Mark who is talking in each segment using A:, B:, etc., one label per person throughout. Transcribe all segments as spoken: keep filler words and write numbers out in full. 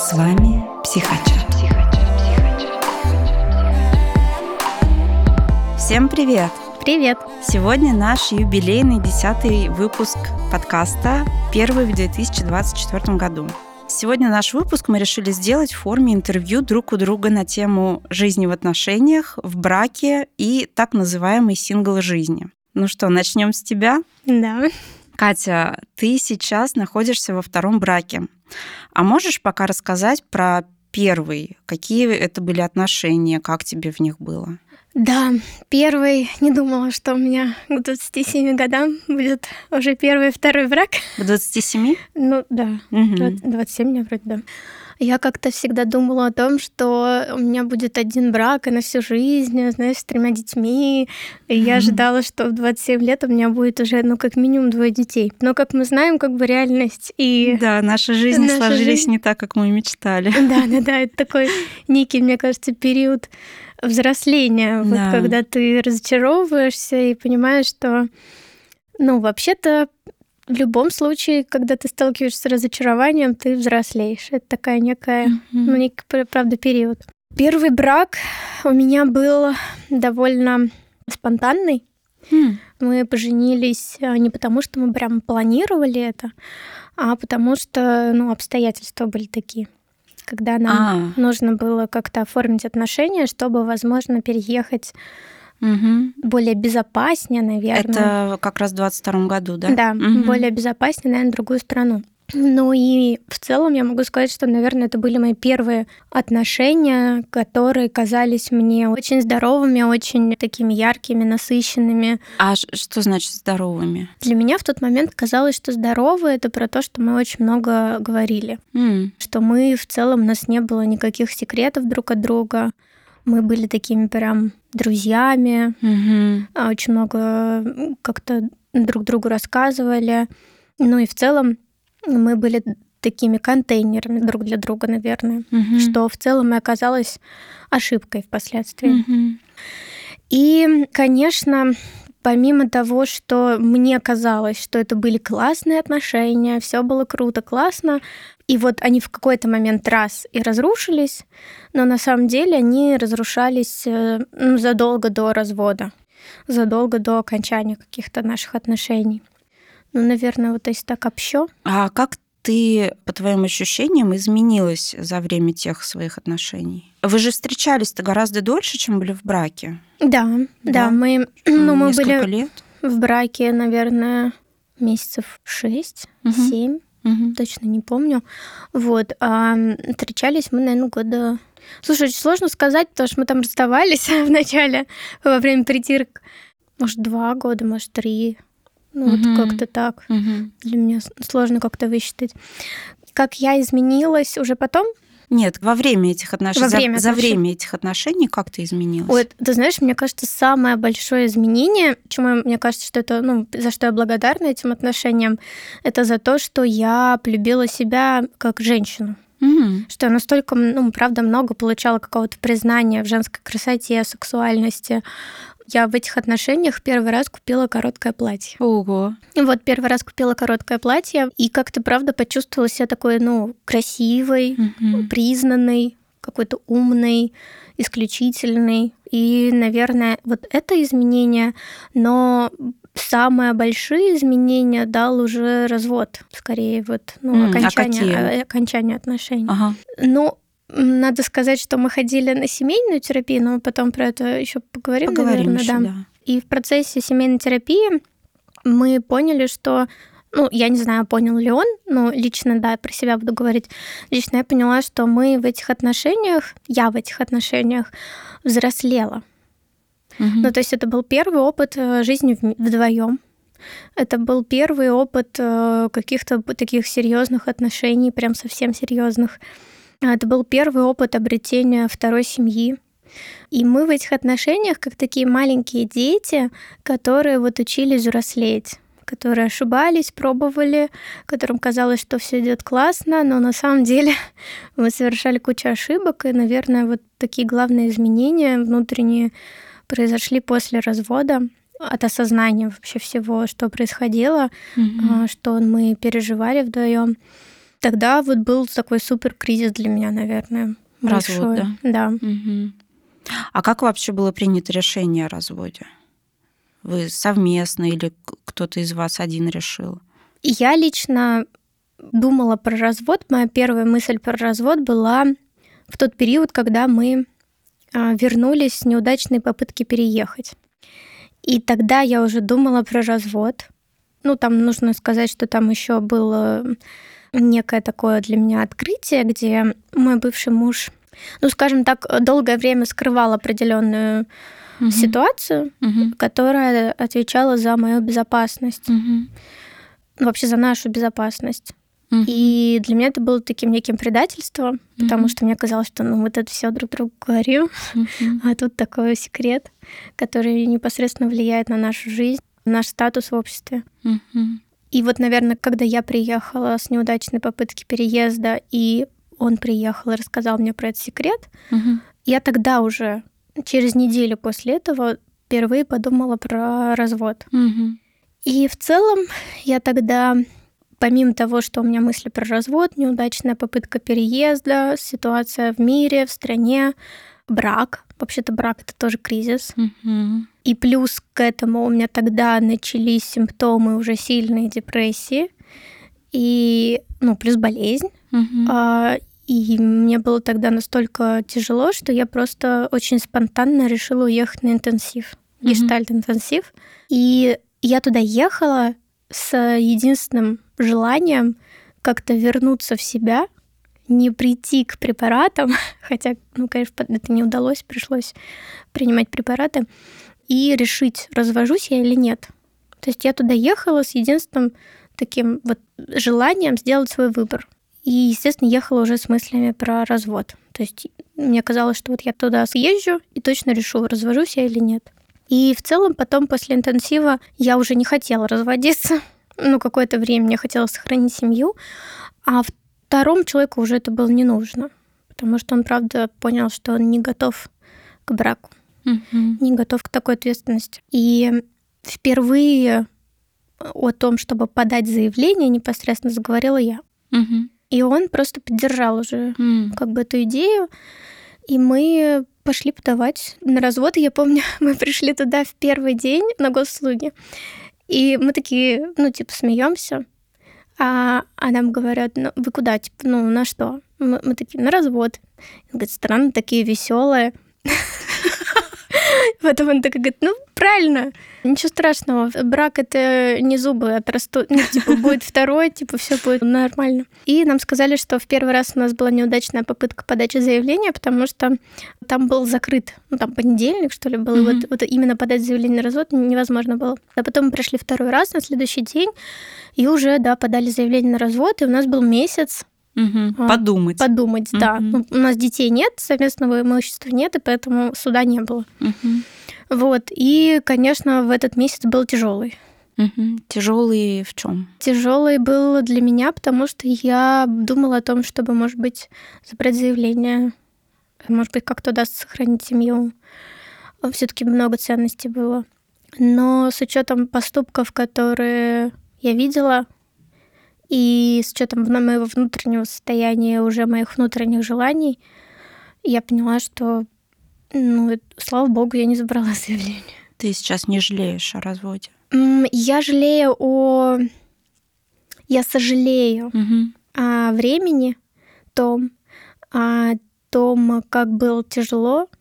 A: С вами Психачат. Всем привет!
B: Привет!
A: Сегодня наш юбилейный десятый выпуск подкаста, первый в две тысячи двадцать четвёртом году. Сегодня наш выпуск мы решили сделать в форме интервью друг у друга на тему жизни в отношениях, в браке и так называемой сингл-жизни. Ну что, начнем с тебя?
B: Да.
A: Катя, ты сейчас находишься во втором браке. А можешь пока рассказать про первый? Какие это были отношения, как тебе в них было?
B: Да, первый, не думала, что у меня к двадцати семи годам будет уже первый и второй брак.
A: К двадцати семи?
B: Ну да,
A: Угу.
B: двадцать семь мне вроде, да. Я как-то всегда думала о том, что у меня будет один брак и на всю жизнь, знаешь, с тремя детьми. И я ожидала, что в двадцать семь лет у меня будет уже, ну, как минимум двое детей. Но, как мы знаем, как бы реальность и...
A: Да, наши жизни
B: наша
A: сложились
B: жизнь...
A: не так, как мы мечтали.
B: Да, да, да, это такой некий, мне кажется, период взросления, вот
A: Да.
B: когда ты разочаровываешься и понимаешь, что, ну, вообще-то, в любом случае, когда ты сталкиваешься с разочарованием, ты взрослеешь. Это такая некая,
A: Мгм.
B: ну, некий, правда, период. Первый брак у меня был довольно спонтанный.
A: М.
B: Мы поженились а, не потому, что мы прям планировали это, а потому что, ну, обстоятельства были такие, когда нам
A: А,
B: нужно было как-то оформить отношения, чтобы, возможно, переехать
A: мгм.
B: более безопаснее, наверное.
A: Это как раз в двадцать втором году, да?
B: Да,
A: Мгм.
B: более безопаснее, наверное, в другую страну. Ну и в целом я могу сказать, что, наверное, это были мои первые отношения, которые казались мне очень здоровыми, очень такими яркими, насыщенными.
A: А ш- что значит здоровыми?
B: Для меня в тот момент казалось, что здоровые — это про то, что мы очень много говорили,
A: М.
B: что мы в целом, у нас не было никаких секретов друг от друга, мы были такими прям друзьями,
A: Мгм.
B: а, очень много м, как-то друг другу рассказывали. Ну и в целом мы были такими контейнерами друг для друга, наверное,
A: Мгм.
B: что в целом и оказалось ошибкой впоследствии.
A: Мгм.
B: И, конечно, помимо того, что мне казалось, что это были классные отношения, все было круто, классно, и вот они в какой-то момент раз и разрушились, но на самом деле они разрушались э, ну, задолго до развода, задолго до окончания каких-то наших отношений. Ну, наверное, вот если так общо.
A: А как ты, по твоим ощущениям, изменилась за время тех своих отношений? Вы же встречались-то гораздо дольше, чем были в браке.
B: Да, да,
A: Да?
B: мы, ну, мы
A: Несколько
B: были
A: лет?
B: в браке, наверное, месяцев шесть,
A: Мгм.
B: семь,
A: Мгм.
B: точно не помню. Вот, а встречались мы, наверное, года... Слушай, очень сложно сказать, потому что мы там расставались в начале, во время притирок. Может, два года, может, три. Ну, вот
A: Мгм.
B: как-то так.
A: Мгм.
B: Для меня с- сложно как-то высчитать. Как я изменилась уже потом?
A: Нет, во время этих отношений.
B: Во
A: за,
B: время
A: за
B: отношений.
A: время этих отношений как ты изменилась?
B: Ой, ты знаешь, мне кажется, самое большое изменение, чему я- мне кажется, что это, ну, за что я благодарна этим отношениям, это за то, что я полюбила себя как женщину.
A: М.
B: Что я настолько, ну, правда, много получала какого-то признания в женской красоте, сексуальности. Я в этих отношениях первый раз купила короткое платье.
A: Ого.
B: Вот первый раз купила короткое платье и как-то, правда, почувствовала себя такой, ну, красивой,
A: Мгм.
B: признанной, какой-то умной, исключительной. И, наверное, вот это изменение, но самые большие изменения дал уже развод, скорее вот, ну,
A: М, а
B: окончание,
A: какие?
B: а- окончание отношений.
A: Ага.
B: Ну, м, надо сказать, что мы ходили на семейную терапию, но мы потом про это еще поговорим,
A: Поговорим
B: наверное,
A: еще,
B: да.
A: да.
B: И в процессе семейной терапии мы поняли, что, ну, я не знаю, понял ли он, но лично, да, про себя буду говорить, лично я поняла, что мы в этих отношениях, я в этих отношениях взрослела.
A: Мгм.
B: Ну, то есть это был первый опыт э, жизни вдвоем. Это был первый опыт э, каких-то таких серьезных отношений, прям совсем серьезных. Это был первый опыт обретения второй семьи. И мы в этих отношениях как такие маленькие дети, которые вот учились взрослеть, которые ошибались, пробовали, которым казалось, что все идет классно, но на самом деле мы совершали кучу ошибок, и, наверное, вот такие главные изменения внутренние произошли после развода, от осознания вообще всего, что происходило,
A: Мгм.
B: а, что мы переживали вдвоем. тогда вот был такой супер кризис для меня, наверное.
A: Развод,
B: большой.
A: да?
B: Да.
A: Угу. А как вообще было принято решение о разводе? Вы совместно или кто-то из вас один решил?
B: Я лично думала про развод. Моя первая мысль про развод была в тот период, когда мы вернулись с неудачной попытки переехать. И тогда я уже думала про развод. Ну, там нужно сказать, что там еще было некое такое для меня открытие, где мой бывший муж, ну, скажем так, долгое время скрывал определенную угу. ситуацию, угу. которая отвечала за мою безопасность. Угу. Вообще за нашу безопасность. Uh-huh. И для меня это было таким неким предательством, uh-huh. потому что мне казалось, что ну, вот это все друг другу говорим, uh-huh. а тут такой секрет, который непосредственно влияет на нашу жизнь, на наш статус в обществе. Uh-huh. И вот, наверное, когда я приехала с неудачной попытки переезда, и он приехал и рассказал мне про этот секрет, uh-huh. я тогда уже, через неделю после этого, впервые подумала про развод. Uh-huh. И в целом я тогда... Помимо того, что у меня мысли про развод, неудачная попытка переезда, ситуация в мире, в стране, брак. Вообще-то брак — это тоже кризис. Mm-hmm. И плюс к этому у меня тогда начались симптомы уже сильной депрессии. И, ну, плюс болезнь. Mm-hmm. А, и мне было тогда настолько тяжело, что я просто очень спонтанно решила уехать на интенсив. Mm-hmm. Гештальт-интенсив. И я туда ехала с единственным желанием как-то вернуться в себя, не прийти к препаратам, хотя, ну, конечно, это не удалось, пришлось принимать препараты, и решить, развожусь я или нет. То есть я туда ехала с единственным таким вот желанием сделать свой выбор. И, естественно, ехала уже с мыслями про развод. То есть мне казалось, что вот я туда съезжу и точно решу, развожусь я или нет. И в целом потом после интенсива я уже не хотела разводиться. Ну, какое-то время мне хотелось сохранить семью. А второму человеку уже это было не нужно. Потому что он, правда, понял, что он не готов к браку. Mm-hmm. Не готов к такой ответственности. И впервые о том, чтобы подать заявление, непосредственно заговорила я. Mm-hmm. И он просто поддержал уже mm. как бы эту идею. И мы... пошли подавать на развод. Я помню, мы пришли туда в первый день на госуслуги, и мы такие, ну, типа, смеемся, а, а нам говорят, ну, вы куда, типа, ну, на что? Мы, мы такие, на развод. Он говорит, странно, такие веселые. Потом он такой говорит, ну, правильно, ничего страшного, брак — это не зубы отрастут, ну, типа, будет второй, типа, все будет нормально. И нам сказали, что в первый раз у нас была неудачная попытка подачи заявления, потому что там был закрыт, ну, там понедельник, что ли, был, mm-hmm. и вот, вот именно подать заявление на развод невозможно было. А потом мы пришли второй раз на следующий день, и уже, да, подали заявление на развод, и у нас был месяц,
A: Угу. Подумать.
B: Подумать, угу. да. Ну, у нас детей нет, совместного имущества нет, и поэтому суда не было. Угу. Вот. И, конечно, в этот месяц был тяжелый.
A: Угу. Тяжелый в чем?
B: Тяжелый был для меня, потому что я думала о том, чтобы, может быть, забрать заявление, может быть, как-то удастся сохранить семью. Все-таки много ценностей было. Но с учетом поступков, которые я видела, и с учетом моего внутреннего состояния, уже моих внутренних желаний, я поняла, что, ну, слава богу, я не забрала заявление.
A: Ты сейчас не жалеешь о разводе?
B: Я жалею о... Я сожалею угу. о времени том, о том, как было тяжело,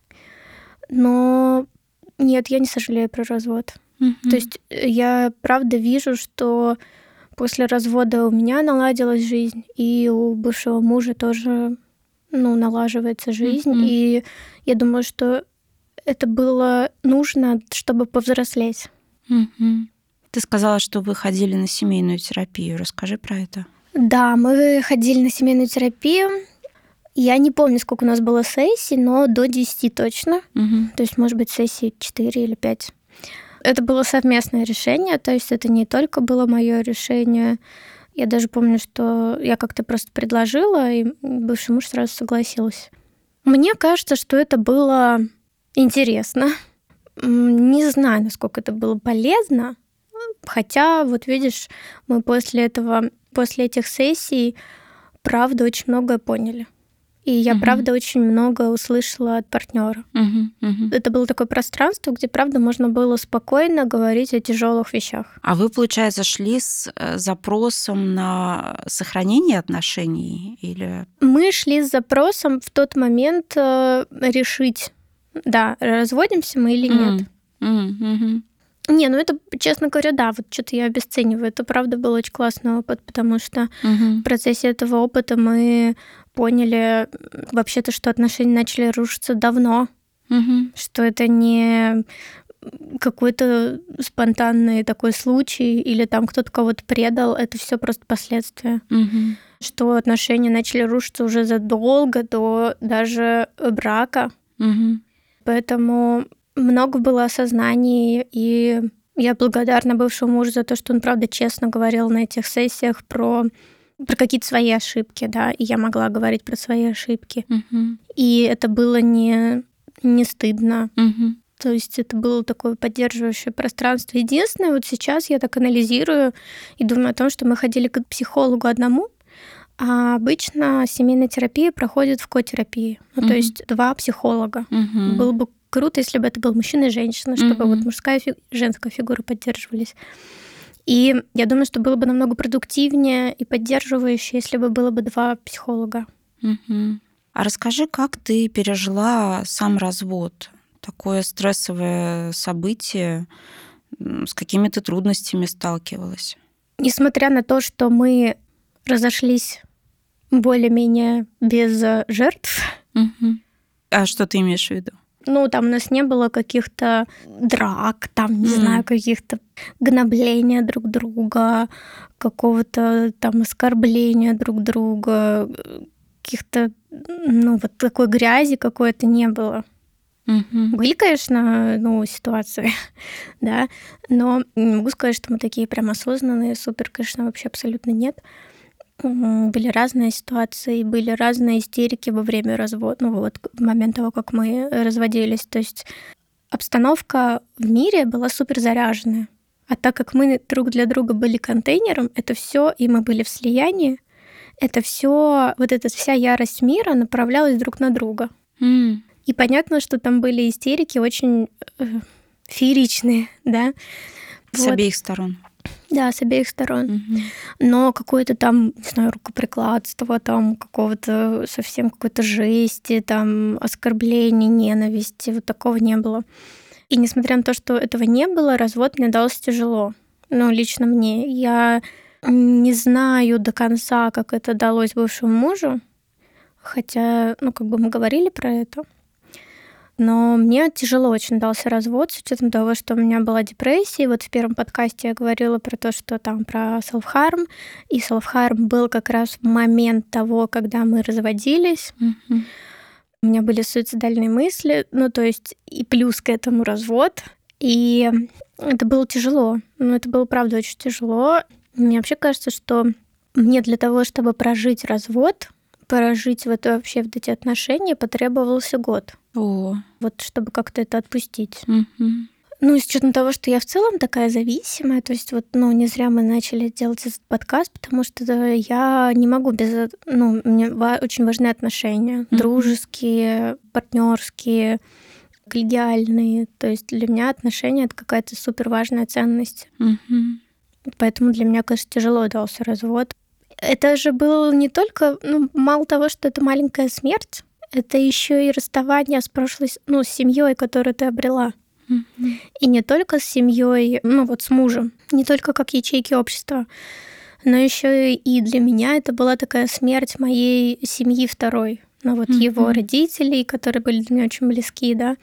B: но нет, я не сожалею про развод. Угу. То есть я правда вижу, что после развода у меня наладилась жизнь, и у бывшего мужа тоже, ну, налаживается жизнь. Mm-hmm. И я думаю, что это было нужно, чтобы повзрослеть.
A: Mm-hmm. Ты сказала, что вы ходили на семейную терапию. Расскажи про это.
B: Да, мы ходили на семейную терапию. Я не помню, сколько у нас было сессий, но до десяти точно. Mm-hmm. То есть, может быть, сессии четыре или пять. Это было совместное решение, то есть это не только было мое решение. Я даже помню, что я как-то просто предложила, и бывший муж сразу согласился. Мне кажется, что это было интересно. Не знаю, насколько это было полезно, хотя, вот видишь, мы после этого после этих сессий, правда, очень многое поняли. И я, uh-huh. правда, очень много услышала от партнера.
A: Uh-huh, uh-huh.
B: Это было такое пространство, где, правда, можно было спокойно говорить о тяжелых вещах.
A: А вы, получается, шли с запросом на сохранение отношений или?
B: Мы шли с запросом в тот момент решить, да, разводимся мы или нет.
A: Uh-huh, uh-huh.
B: Не, ну это, честно говоря, да, вот что-то я обесцениваю. Это, правда, был очень классный опыт, потому что uh-huh. в процессе этого опыта мы поняли вообще-то, что отношения начали рушиться давно,
A: uh-huh.
B: что это не какой-то спонтанный такой случай или там кто-то кого-то предал, это все просто последствия.
A: Uh-huh.
B: Что отношения начали рушиться уже задолго до даже брака.
A: Uh-huh.
B: Поэтому много было осознаний, и я благодарна бывшему мужу за то, что он, правда, честно говорил на этих сессиях про, про какие-то свои ошибки, да, и я могла говорить про свои ошибки.
A: Uh-huh.
B: И это было не, не стыдно.
A: Uh-huh.
B: То есть это было такое поддерживающее пространство. Единственное, вот сейчас я так анализирую и думаю о том, что мы ходили к психологу одному, а обычно семейная терапия проходит в котерапии. Ну, uh-huh. то есть два психолога.
A: Uh-huh.
B: Было бы круто, если бы это был мужчина и женщина, чтобы mm-hmm. вот мужская и женская фигура поддерживались. И я думаю, что было бы намного продуктивнее и поддерживающе, если бы было бы два психолога.
A: Mm-hmm. А расскажи, как ты пережила сам развод? Такое стрессовое событие, с какими ты трудностями сталкивалась?
B: Несмотря на то, что мы разошлись более-менее без жертв.
A: Mm-hmm. А что ты имеешь в виду?
B: Ну, там у нас не было каких-то драк, там, не mm. знаю, каких-то гнобления друг друга, какого-то там оскорбления друг друга, каких-то, ну, вот такой грязи какой-то не было.
A: Mm-hmm.
B: Были, конечно, ну, ситуации, да, но не могу сказать, что мы такие прям осознанные, супер, конечно, вообще абсолютно нет. Были разные ситуации, были разные истерики во время развода, ну вот в момент того, как мы разводились. То есть обстановка в мире была супер заряженная. А так как мы друг для друга были контейнером, это все, и мы были в слиянии, это все, вот эта вся ярость мира направлялась друг на друга.
A: Mm.
B: И понятно, что там были истерики очень э, фееричные, да.
A: С
B: вот.
A: обеих сторон.
B: Да, с обеих сторон.
A: Mm-hmm.
B: Но какое-то там, не знаю, рукоприкладство, там какого-то совсем какой-то жести, там оскорблений, ненависти, вот такого не было. И несмотря на то, что этого не было, развод мне дался тяжело. Ну, лично мне. Я не знаю до конца, как это далось бывшему мужу, хотя, ну, как бы мы говорили про это. Но мне тяжело очень дался развод, с учетом того, что у меня была депрессия. И вот в первом подкасте я говорила про то, что там про self-harm. И self-harm был как раз в момент того, когда мы разводились.
A: Mm-hmm.
B: У меня были суицидальные мысли, ну, то есть и плюс к этому развод. И это было тяжело. Ну, это было, правда, очень тяжело. Мне вообще кажется, что мне для того, чтобы прожить развод, прожить в это вообще в эти отношения, потребовался год.
A: О.
B: Вот чтобы как-то это отпустить.
A: Mm-hmm.
B: Ну, с учетом того, что я в целом такая зависимая, то есть вот, ну, не зря мы начали делать этот подкаст, потому что я не могу без... Ну, мне очень важны отношения. Mm-hmm. Дружеские, партнерские, коллегиальные. То есть для меня отношения — это какая-то супер важная ценность.
A: Mm-hmm.
B: Поэтому для меня, конечно, тяжело дался развод. Это же было не только... Ну, мало того, что это маленькая смерть, это еще и расставание с прошлой, ну, с семьей, которую ты обрела.
A: Mm-hmm.
B: И не только с семьей, ну вот с мужем, не только как ячейки общества, но еще и для меня это была такая смерть моей семьи второй. Ну вот mm-hmm. его родителей, которые были для меня очень близки, да,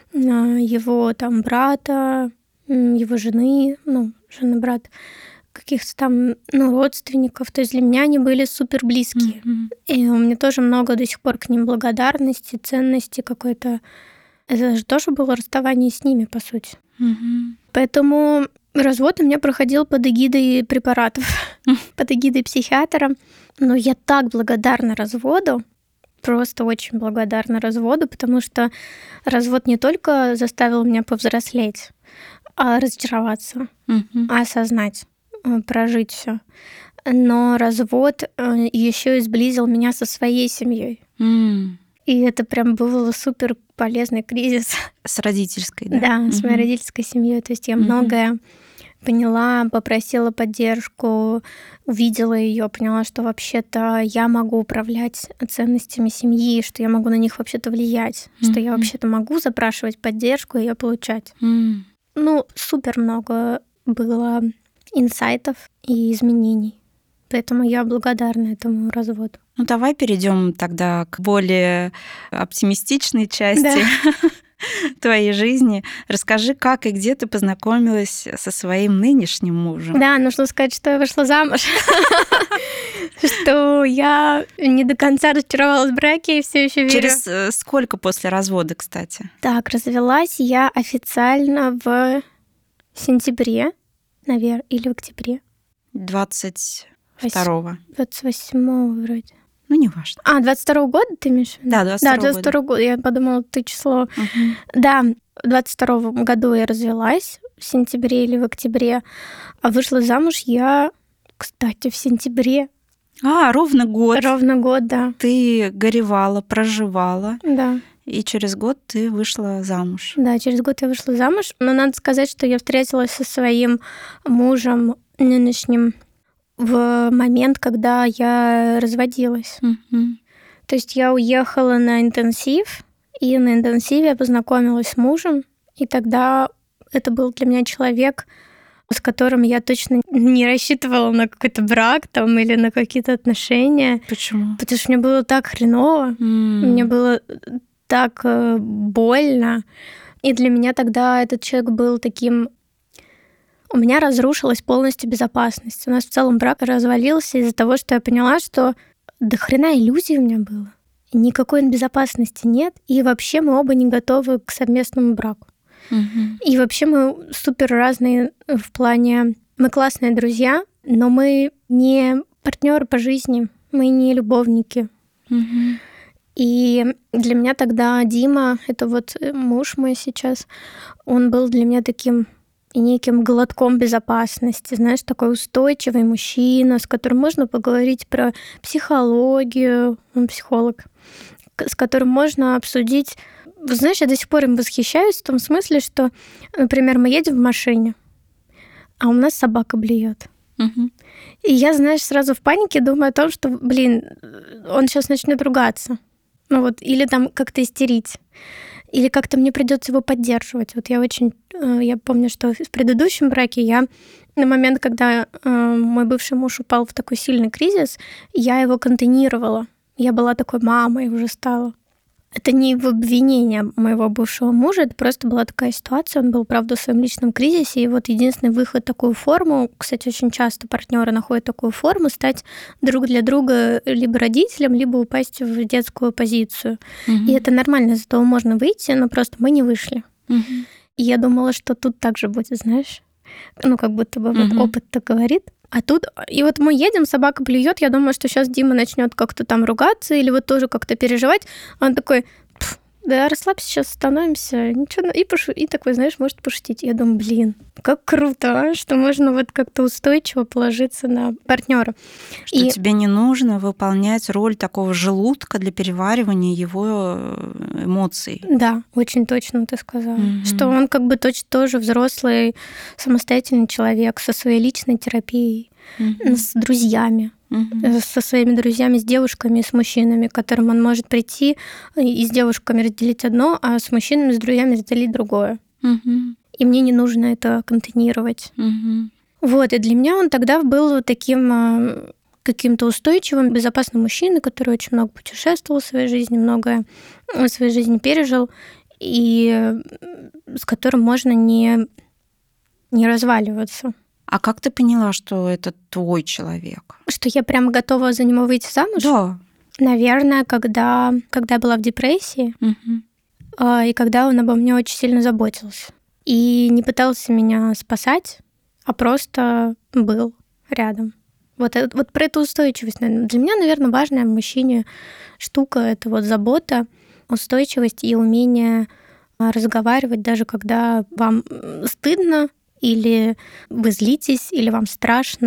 B: его там брата, его жены, ну, жены брата, каких-то там, ну, родственников. То есть для меня они были супер близкие.
A: Mm-hmm.
B: И у меня тоже много до сих пор к ним благодарности, ценности какой-то. Это же тоже было расставание с ними, по сути.
A: Mm-hmm.
B: Поэтому развод у меня проходил под эгидой препаратов, mm-hmm. под эгидой психиатра. Но я так благодарна разводу, просто очень благодарна разводу, потому что развод не только заставил меня повзрослеть, а разочароваться,
A: mm-hmm.
B: а осознать, прожить все. но развод еще и сблизил меня со своей семьей.
A: Mm.
B: И это прям был супер полезный кризис.
A: С родительской, да?
B: Да,
A: mm-hmm.
B: с моей родительской семьей. То есть я mm-hmm. многое поняла, попросила поддержку, увидела ее, поняла, что вообще-то я могу управлять ценностями семьи, что я могу на них вообще-то влиять, mm-hmm. что я вообще-то могу запрашивать поддержку и ее получать.
A: Mm.
B: Ну, супер много было инсайтов и изменений. Поэтому я благодарна этому разводу.
A: Ну, давай перейдем тогда к более оптимистичной части
B: да.
A: твоей жизни. Расскажи, как и где ты познакомилась со своим нынешним мужем.
B: Да, нужно сказать, что я вышла замуж. Что я не до конца разочаровалась в браке и все еще верю.
A: Через сколько после развода, кстати?
B: Так, развелась я официально в сентябре, наверное, или в октябре.
A: двадцать второго.
B: двадцать восьмого вроде.
A: Ну, не важно.
B: А, двадцать второго года ты имеешь в виду?
A: Да, двадцать второго
B: да, двадцать второго года. Я подумала, ты число.
A: Угу.
B: Да, в двадцать втором году я развелась, в сентябре или в октябре. А вышла замуж я, кстати, в сентябре.
A: А, ровно год.
B: Ровно год, да.
A: Ты горевала, проживала.
B: Да.
A: И через год ты вышла замуж.
B: Да, через год я вышла замуж. Но надо сказать, что я встретилась со своим мужем нынешним в момент, когда я разводилась.
A: Mm-hmm.
B: То есть я уехала на интенсив, и на интенсиве я познакомилась с мужем, и тогда это был для меня человек, с которым я точно не рассчитывала на какой-то брак там или на какие-то отношения.
A: Почему?
B: Потому что мне было так хреново,
A: mm.
B: мне было так больно. И для меня тогда этот человек был таким... У меня разрушилась полностью безопасность. У нас в целом брак развалился из-за того, что я поняла, что до хрена иллюзий у меня было. Никакой безопасности нет, и вообще мы оба не готовы к совместному браку.
A: Mm-hmm.
B: И вообще мы супер разные в плане... Мы классные друзья, но мы не партнеры по жизни, мы не любовники.
A: Mm-hmm.
B: И для меня тогда Дима, это вот муж мой сейчас, он был для меня таким... и неким глотком безопасности, знаешь, такой устойчивый мужчина, с которым можно поговорить про психологию, он психолог, с которым можно обсудить... Знаешь, я до сих пор им восхищаюсь в том смысле, что, например, мы едем в машине, а у нас собака блюет.
A: Угу.
B: И я, знаешь, сразу в панике думаю о том, что, блин, он сейчас начнет ругаться. Ну вот, или там как-то истерить. Или как-то мне придется его поддерживать. Вот я очень... Я помню, что в предыдущем браке я на момент, когда мой бывший муж упал в такой сильный кризис, я его контейнировала. Я была такой мамой уже стала. Это не в обвинение моего бывшего мужа, это просто была такая ситуация. Он был, правда, в своем личном кризисе, и вот единственный выход в такую форму, кстати, очень часто партнеры находят такую форму, стать друг для друга либо родителем, либо упасть в детскую позицию. Mm-hmm. И это нормально, из этого можно выйти, но просто мы не вышли.
A: Mm-hmm.
B: И я думала, что тут так же будет, знаешь, ну как будто бы mm-hmm. вот опыт-то говорит. А тут, и вот мы едем, собака блюет, я думаю, что сейчас Дима начнет как-то там ругаться или вот тоже как-то переживать. Он такой, да расслабься, сейчас становимся, ничего, и, пошу... и такой, знаешь, может пошутить. Я думаю, блин, как круто, а? Что можно вот как-то устойчиво положиться на партнера.
A: Что
B: и...
A: тебе не нужно выполнять роль такого желудка для переваривания его эмоций.
B: Да, очень точно ты сказала.
A: Mm-hmm.
B: Что он как бы точно тоже взрослый, самостоятельный человек со своей личной терапией, mm-hmm. с друзьями. Uh-huh. со своими друзьями, с девушками, с мужчинами, к которым он может прийти и с девушками разделить одно, а с мужчинами, с друзьями разделить другое.
A: Uh-huh.
B: И мне не нужно это контейнировать.
A: Uh-huh.
B: Вот, и для меня он тогда был таким каким-то устойчивым, безопасным мужчиной, который очень много путешествовал в своей жизни, многое в своей жизни пережил, и с которым можно не, не разваливаться.
A: А как ты поняла, что это твой человек?
B: Что я прям готова за него выйти замуж?
A: Да.
B: Наверное, когда, когда я была в депрессии,
A: угу.
B: и когда он обо мне очень сильно заботился. И не пытался меня спасать, а просто был рядом. Вот, вот про эту устойчивость. Наверное. Для меня, наверное, важная в мужчине штука — это вот забота, устойчивость и умение разговаривать, даже когда вам стыдно, или вы злитесь, или вам страшно.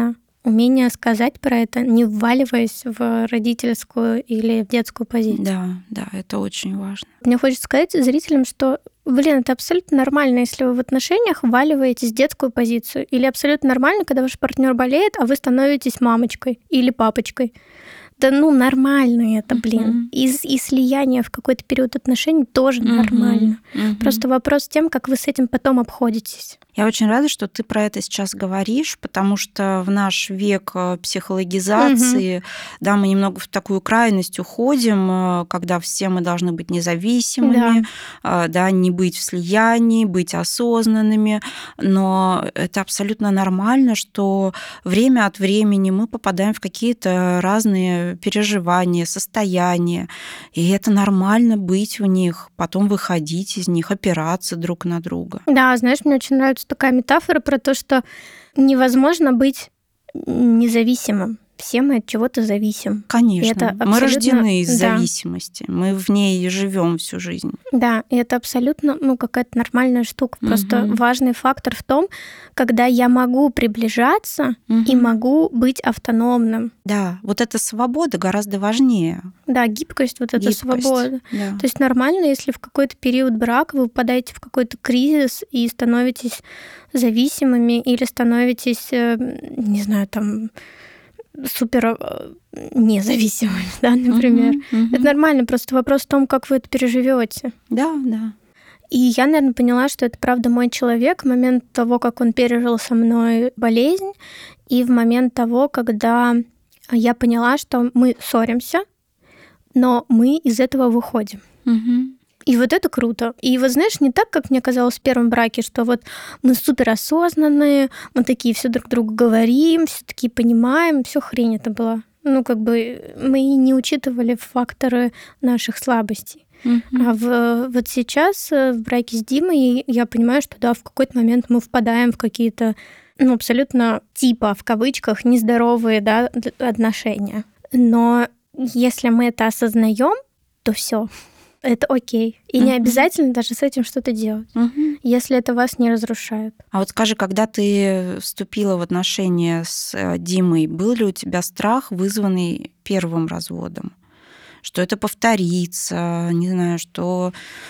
B: умение сказать про это, не вваливаясь в родительскую или в детскую позицию.
A: Да, да, это очень важно.
B: Мне хочется сказать зрителям, что, блин, это абсолютно нормально, если вы в отношениях вваливаетесь в детскую позицию. Или абсолютно нормально, когда ваш партнер болеет, а вы становитесь мамочкой или папочкой. Да ну, нормально это, блин. Uh-huh. И, и слияние в какой-то период отношений тоже uh-huh. нормально. Uh-huh. Просто вопрос в том, как вы с этим потом обходитесь.
A: Я очень рада, что ты про это сейчас говоришь, потому что в наш век психологизации, угу. да, мы немного в такую крайность уходим, когда все мы должны быть независимыми, да. да, не быть в слиянии, быть осознанными, но это абсолютно нормально, что время от времени мы попадаем в какие-то разные переживания, состояния, и это нормально быть в них, потом выходить из них, опираться друг на друга.
B: Да, знаешь, мне очень нравится такая метафора про то, что невозможно быть независимым. Все мы от чего-то зависим.
A: Конечно.
B: Это абсолютно...
A: Мы рождены из
B: да.
A: зависимости. Мы в ней живем всю жизнь.
B: Да, и это абсолютно ну, какая-то нормальная штука. Просто угу. важный фактор в том, когда я могу приближаться угу. и могу быть автономным.
A: Да, вот эта свобода гораздо важнее.
B: Да, гибкость, вот эта
A: гибкость,
B: свобода.
A: Да.
B: То есть нормально, если в какой-то период брака вы попадаете в какой-то кризис и становитесь зависимыми или становитесь, не знаю, там... супер независимыми, да, например. Uh-huh, uh-huh. Это нормально, просто вопрос в том, как вы это переживете.
A: Да, да.
B: И я, наверное, поняла, что это правда мой человек в момент того, как он пережил со мной болезнь, и в момент того, когда я поняла, что мы ссоримся, но мы из этого выходим.
A: Uh-huh.
B: И вот это круто. И вот знаешь, не так, как мне казалось в первом браке, что вот мы суперосознанные, мы такие все друг другу говорим, все такие понимаем, все хрень это была. Ну, как бы мы не учитывали факторы наших слабостей. Uh-huh. А в, вот сейчас в браке с Димой я понимаю, что да, в какой-то момент мы впадаем в какие-то, ну, абсолютно типа, в кавычках, нездоровые, да, отношения. Но если мы это осознаем, то все. Это окей. И uh-huh. не обязательно даже с этим что-то делать, uh-huh. если это вас не разрушает.
A: А вот скажи, когда ты вступила в отношения с Димой, был ли у тебя страх, вызванный первым разводом? Что это повторится, не знаю, что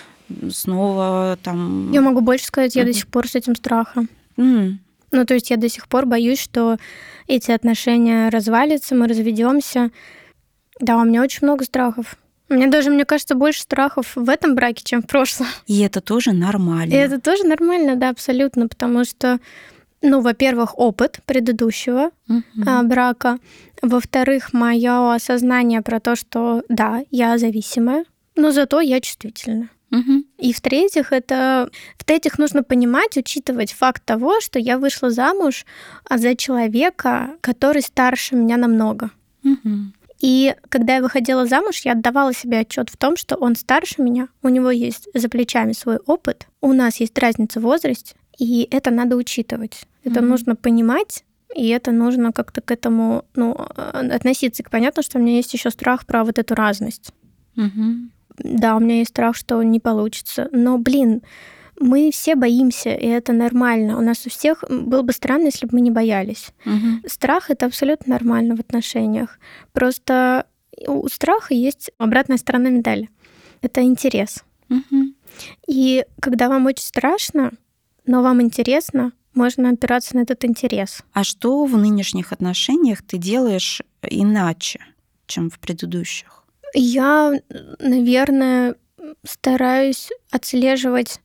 A: снова там...
B: Я могу больше сказать, я uh-huh. до сих пор с этим страхом.
A: Uh-huh.
B: Ну, то есть я до сих пор боюсь, что эти отношения развалятся, мы разведемся. Да, у меня очень много страхов. У меня даже, мне кажется, больше страхов в этом браке, чем в прошлом.
A: И это тоже нормально.
B: И это тоже нормально, да, абсолютно, потому что, ну, во-первых, опыт предыдущего uh-huh. брака, во-вторых, мое осознание про то, что, да, я зависимая, но зато я чувствительна.
A: Uh-huh.
B: И в-третьих, это, в-третьих, нужно понимать, учитывать факт того, что я вышла замуж за человека, который старше меня намного.
A: Uh-huh.
B: И когда я выходила замуж, я отдавала себе отчет в том, что он старше меня, у него есть за плечами свой опыт, у нас есть разница в возрасте, и это надо учитывать. Это mm-hmm. нужно понимать, и это нужно как-то к этому ну, относиться. И понятно, что у меня есть еще страх про вот эту разность.
A: Mm-hmm.
B: Да, у меня есть страх, что не получится. Но, блин, мы все боимся, и это нормально. У нас у всех было бы странно, если бы мы не боялись.
A: Угу.
B: Страх — это абсолютно нормально в отношениях. Просто у страха есть обратная сторона медали. Это интерес.
A: Угу.
B: И когда вам очень страшно, но вам интересно, можно опираться на этот интерес.
A: А что в нынешних отношениях ты делаешь иначе, чем в предыдущих?
B: Я, наверное, стараюсь отслеживать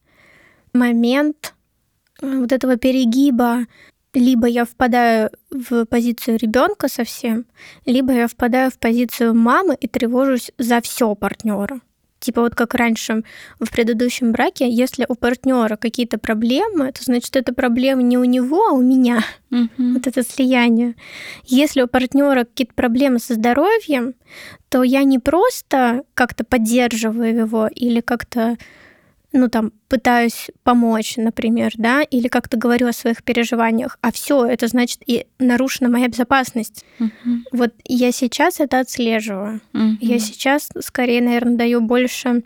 B: момент вот этого перегиба. Либо я впадаю в позицию ребенка совсем, либо я впадаю в позицию мамы и тревожусь за все партнера. Типа вот как раньше в предыдущем браке, если у партнера какие-то проблемы, то значит это проблемы не у него, а у меня.
A: Mm-hmm.
B: Вот это слияние. Если у партнера какие-то проблемы со здоровьем, то я не просто как-то поддерживаю его или как-то ну, там, пытаюсь помочь, например, да, или как-то говорю о своих переживаниях, а все, это значит и нарушена моя безопасность.
A: Uh-huh.
B: Вот я сейчас это отслеживаю.
A: Uh-huh.
B: Я сейчас, скорее, наверное, даю больше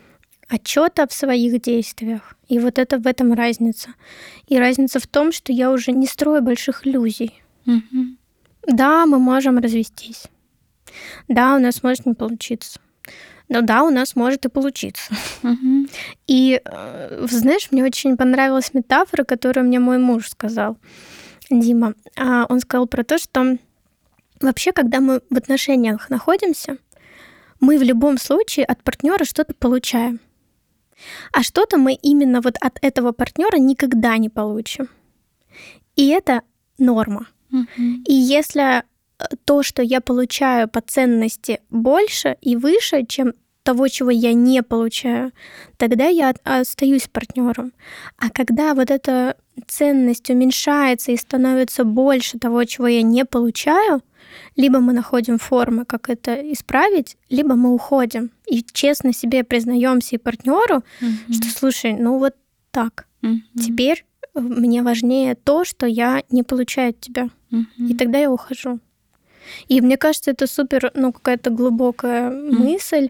B: отчета в своих действиях. И вот это в этом разница. И разница в том, что я уже не строю больших иллюзий.
A: Uh-huh.
B: Да, мы можем развестись. Да, у нас может не получиться. Но да, у нас может и получиться.
A: Мгм.
B: И, э, знаешь, мне очень понравилась метафора, которую мне мой муж сказал, Дима. А, Он сказал про то, что вообще, когда мы в отношениях находимся, мы в любом случае от партнера что-то получаем. А что-то мы именно вот от этого партнера никогда не получим. И это норма.
A: Мгм.
B: И если э, то, что я получаю по ценности больше и выше, чем того, чего я не получаю, тогда я от- остаюсь партнером. А когда вот эта ценность уменьшается и становится больше того, чего я не получаю, либо мы находим формы, как это исправить, либо мы уходим. И честно себе признаемся и партнеру,
A: Мгм.
B: что слушай, ну вот так.
A: Мгм.
B: Теперь э, мне важнее то, что я не получаю от тебя.
A: Мгм.
B: И тогда я ухожу. И мне кажется, это супер, ну, какая-то глубокая мысль.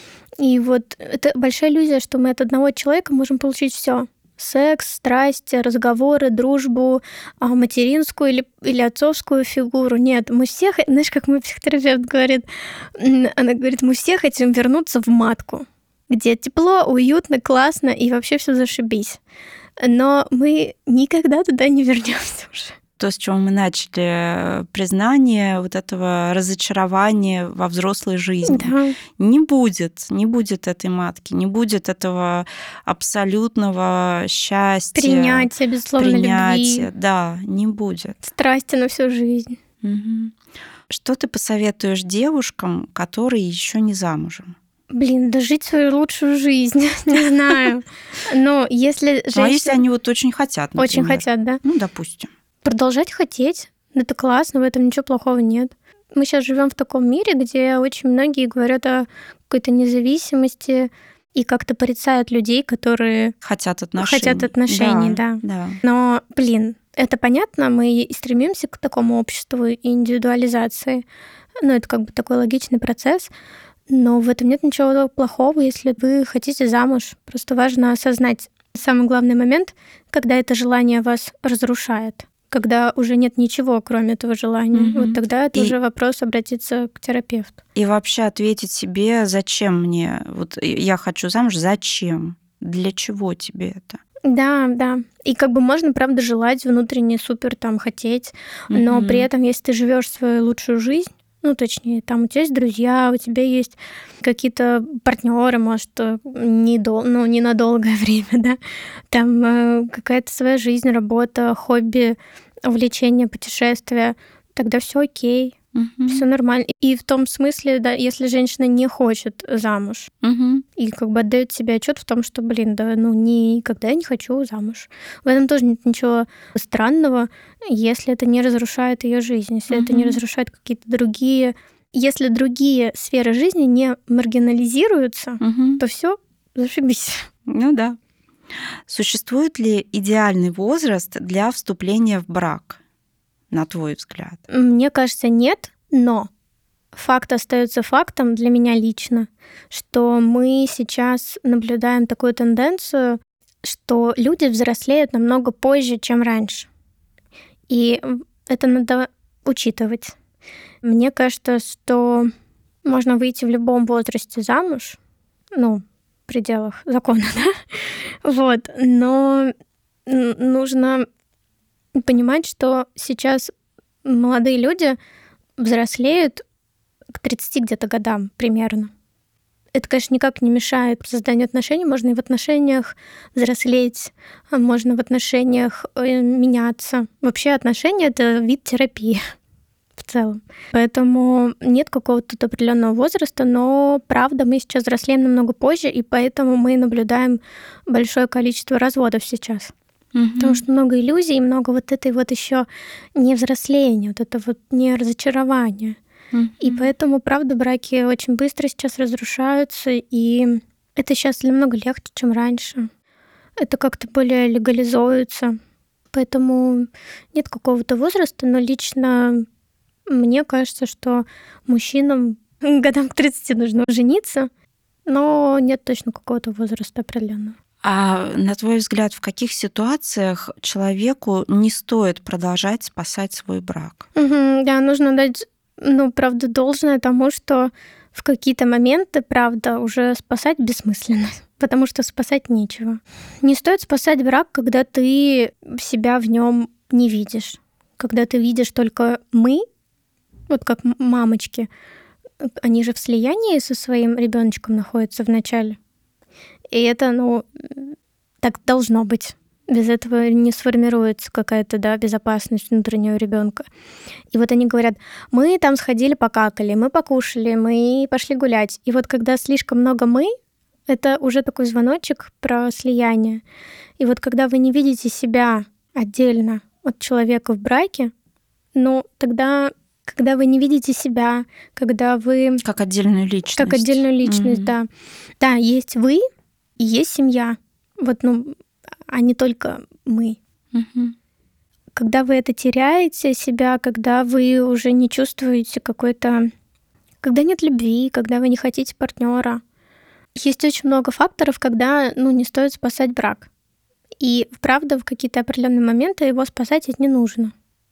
B: И вот это большая иллюзия, что мы от одного человека можем получить все: секс, страсть, разговоры, дружбу, а, материнскую или, или отцовскую фигуру. Нет, мы все, хо- знаешь, как мой психотерапевт говорит, м, она говорит, мы все хотим вернуться в матку, где тепло, уютно, классно и вообще все зашибись. Но мы никогда туда не вернемся уже.
A: То, с чего мы начали, э, признание вот этого разочарования во взрослой жизни.
B: Да.
A: Не будет, не будет этой матки, не будет этого абсолютного счастья,
B: Принятие, безусловно,
A: принятия.
B: любви,
A: Да, не будет.
B: страсти на всю жизнь.
A: Мгм. Что ты посоветуешь девушкам, которые еще не замужем?
B: Блин, да жить свою лучшую жизнь, не знаю. Но если
A: Ну, а если
B: женщина
A: они вот очень хотят,
B: очень
A: например?
B: хотят, да,
A: Ну, допустим.
B: продолжать хотеть, это классно, в этом ничего плохого нет. Мы сейчас живем в таком мире, где очень многие говорят о какой-то независимости и как-то порицают людей, которые
A: Хотят отношений.
B: хотят отношений, да.
A: Да.
B: Но, блин, это понятно, мы и стремимся к такому обществу и индивидуализации. Ну, это как бы такой логичный процесс. Но в этом нет ничего плохого, если вы хотите замуж. Просто важно осознать самый главный момент, когда это желание вас разрушает, когда уже нет ничего, кроме этого желания.
A: Мгм.
B: Вот тогда это
A: И-
B: уже вопрос обратиться к терапевту.
A: И вообще ответить себе, зачем мне, вот я хочу замуж, зачем? Для чего тебе это?
B: Да, да. И как бы можно, правда, желать внутренне супер там хотеть, но
A: Мгм.
B: при этом, если ты живешь свою лучшую жизнь, ну, точнее, там у тебя есть друзья, у тебя есть какие-то партнеры, может, э, недол- ну, не на долгое время, да, там э, какая-то своя жизнь, работа, хобби, увлечение, путешествия, тогда все окей,
A: Мгм.
B: все нормально. И в том смысле, да, если женщина не хочет замуж
A: Мгм.
B: и как бы отдает себе отчет в том, что, блин, да, ну никогда я не хочу замуж. В этом тоже нет ничего странного, если это не разрушает ее жизнь, если это не
A: Мгм.
B: разрушает какие-то другие, если другие сферы жизни не маргинализируются,
A: Мгм.
B: то все, зашибись.
A: Ну да. Существует ли идеальный возраст для вступления в брак, на твой взгляд?
B: Мне кажется, нет, но факт остается фактом для меня лично, что мы сейчас наблюдаем такую тенденцию, что люди взрослеют намного позже, чем раньше. И м, это надо учитывать. Мне кажется, что можно выйти в любом возрасте замуж, ну, в пределах закона, да? Вот. Но н- нужно понимать, что сейчас молодые люди взрослеют к тридцати где-то годам примерно. Это, конечно, никак не мешает созданию отношений. Можно и в отношениях взрослеть, а можно в отношениях э, меняться. Вообще отношения — это вид терапии в целом. Поэтому нет какого-то тут определенного возраста, но правда, мы сейчас взрослеем намного позже, и поэтому мы наблюдаем большое количество разводов сейчас. Потому что много иллюзий, много вот этой вот еще невзросления, вот это вот не разочарование. И поэтому, правда, браки очень быстро сейчас разрушаются, и это сейчас намного легче, чем раньше. Это как-то более легализуется. Поэтому нет какого-то возраста, но лично мне кажется, что мужчинам годам к тридцати нужно жениться, но нет точно какого-то возраста определенного.
A: А на твой взгляд, в каких ситуациях человеку не стоит продолжать спасать свой брак?
B: Угу, да, нужно дать, ну, правда, должное тому, что в какие-то моменты, правда, уже спасать бессмысленно, потому что спасать нечего. Не стоит спасать брак, когда ты себя в нем не видишь, когда ты видишь только мы, вот как мамочки, они же в слиянии со своим ребеночком находятся в начале. И это, ну, так должно быть. Без этого не сформируется какая-то, да, безопасность внутреннего ребенка. И вот они говорят, мы там сходили, покакали, мы покушали, мы пошли гулять. И вот когда слишком много мы, это уже такой звоночек про слияние. И вот когда вы не видите себя отдельно от человека в браке, ну, тогда, когда вы не видите себя, когда вы...
A: Как отдельную личность.
B: Как отдельную личность, mm-hmm. да. Да, есть вы и есть семья. Вот, ну, а не только мы.
A: Mm-hmm.
B: Когда вы это теряете себя, когда вы уже не чувствуете какой-то... Когда нет любви, когда вы не хотите партнера. Есть очень много факторов, когда, ну, не стоит спасать брак. И, правда, в какие-то определенные моменты его спасать не нужно.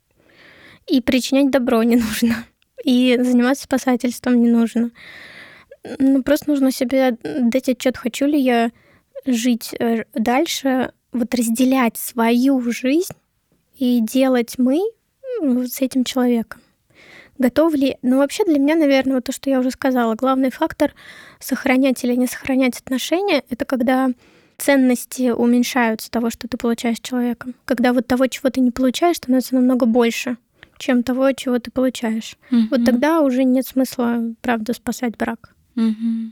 B: И причинять добро не нужно. И заниматься спасательством не нужно. Ну, просто нужно себе дать отчет, хочу ли я жить дальше, вот разделять свою жизнь и делать мы вот с этим человеком. Готов ли... Ну, вообще для меня, наверное, вот то, что я уже сказала, главный фактор сохранять или не сохранять отношения — это когда ценности уменьшаются того, что ты получаешь с человеком. Когда вот того, чего ты не получаешь, становится намного больше, чем того, чего ты получаешь. Mm-hmm. Вот тогда уже нет смысла, правда, спасать брак.
A: Mm-hmm.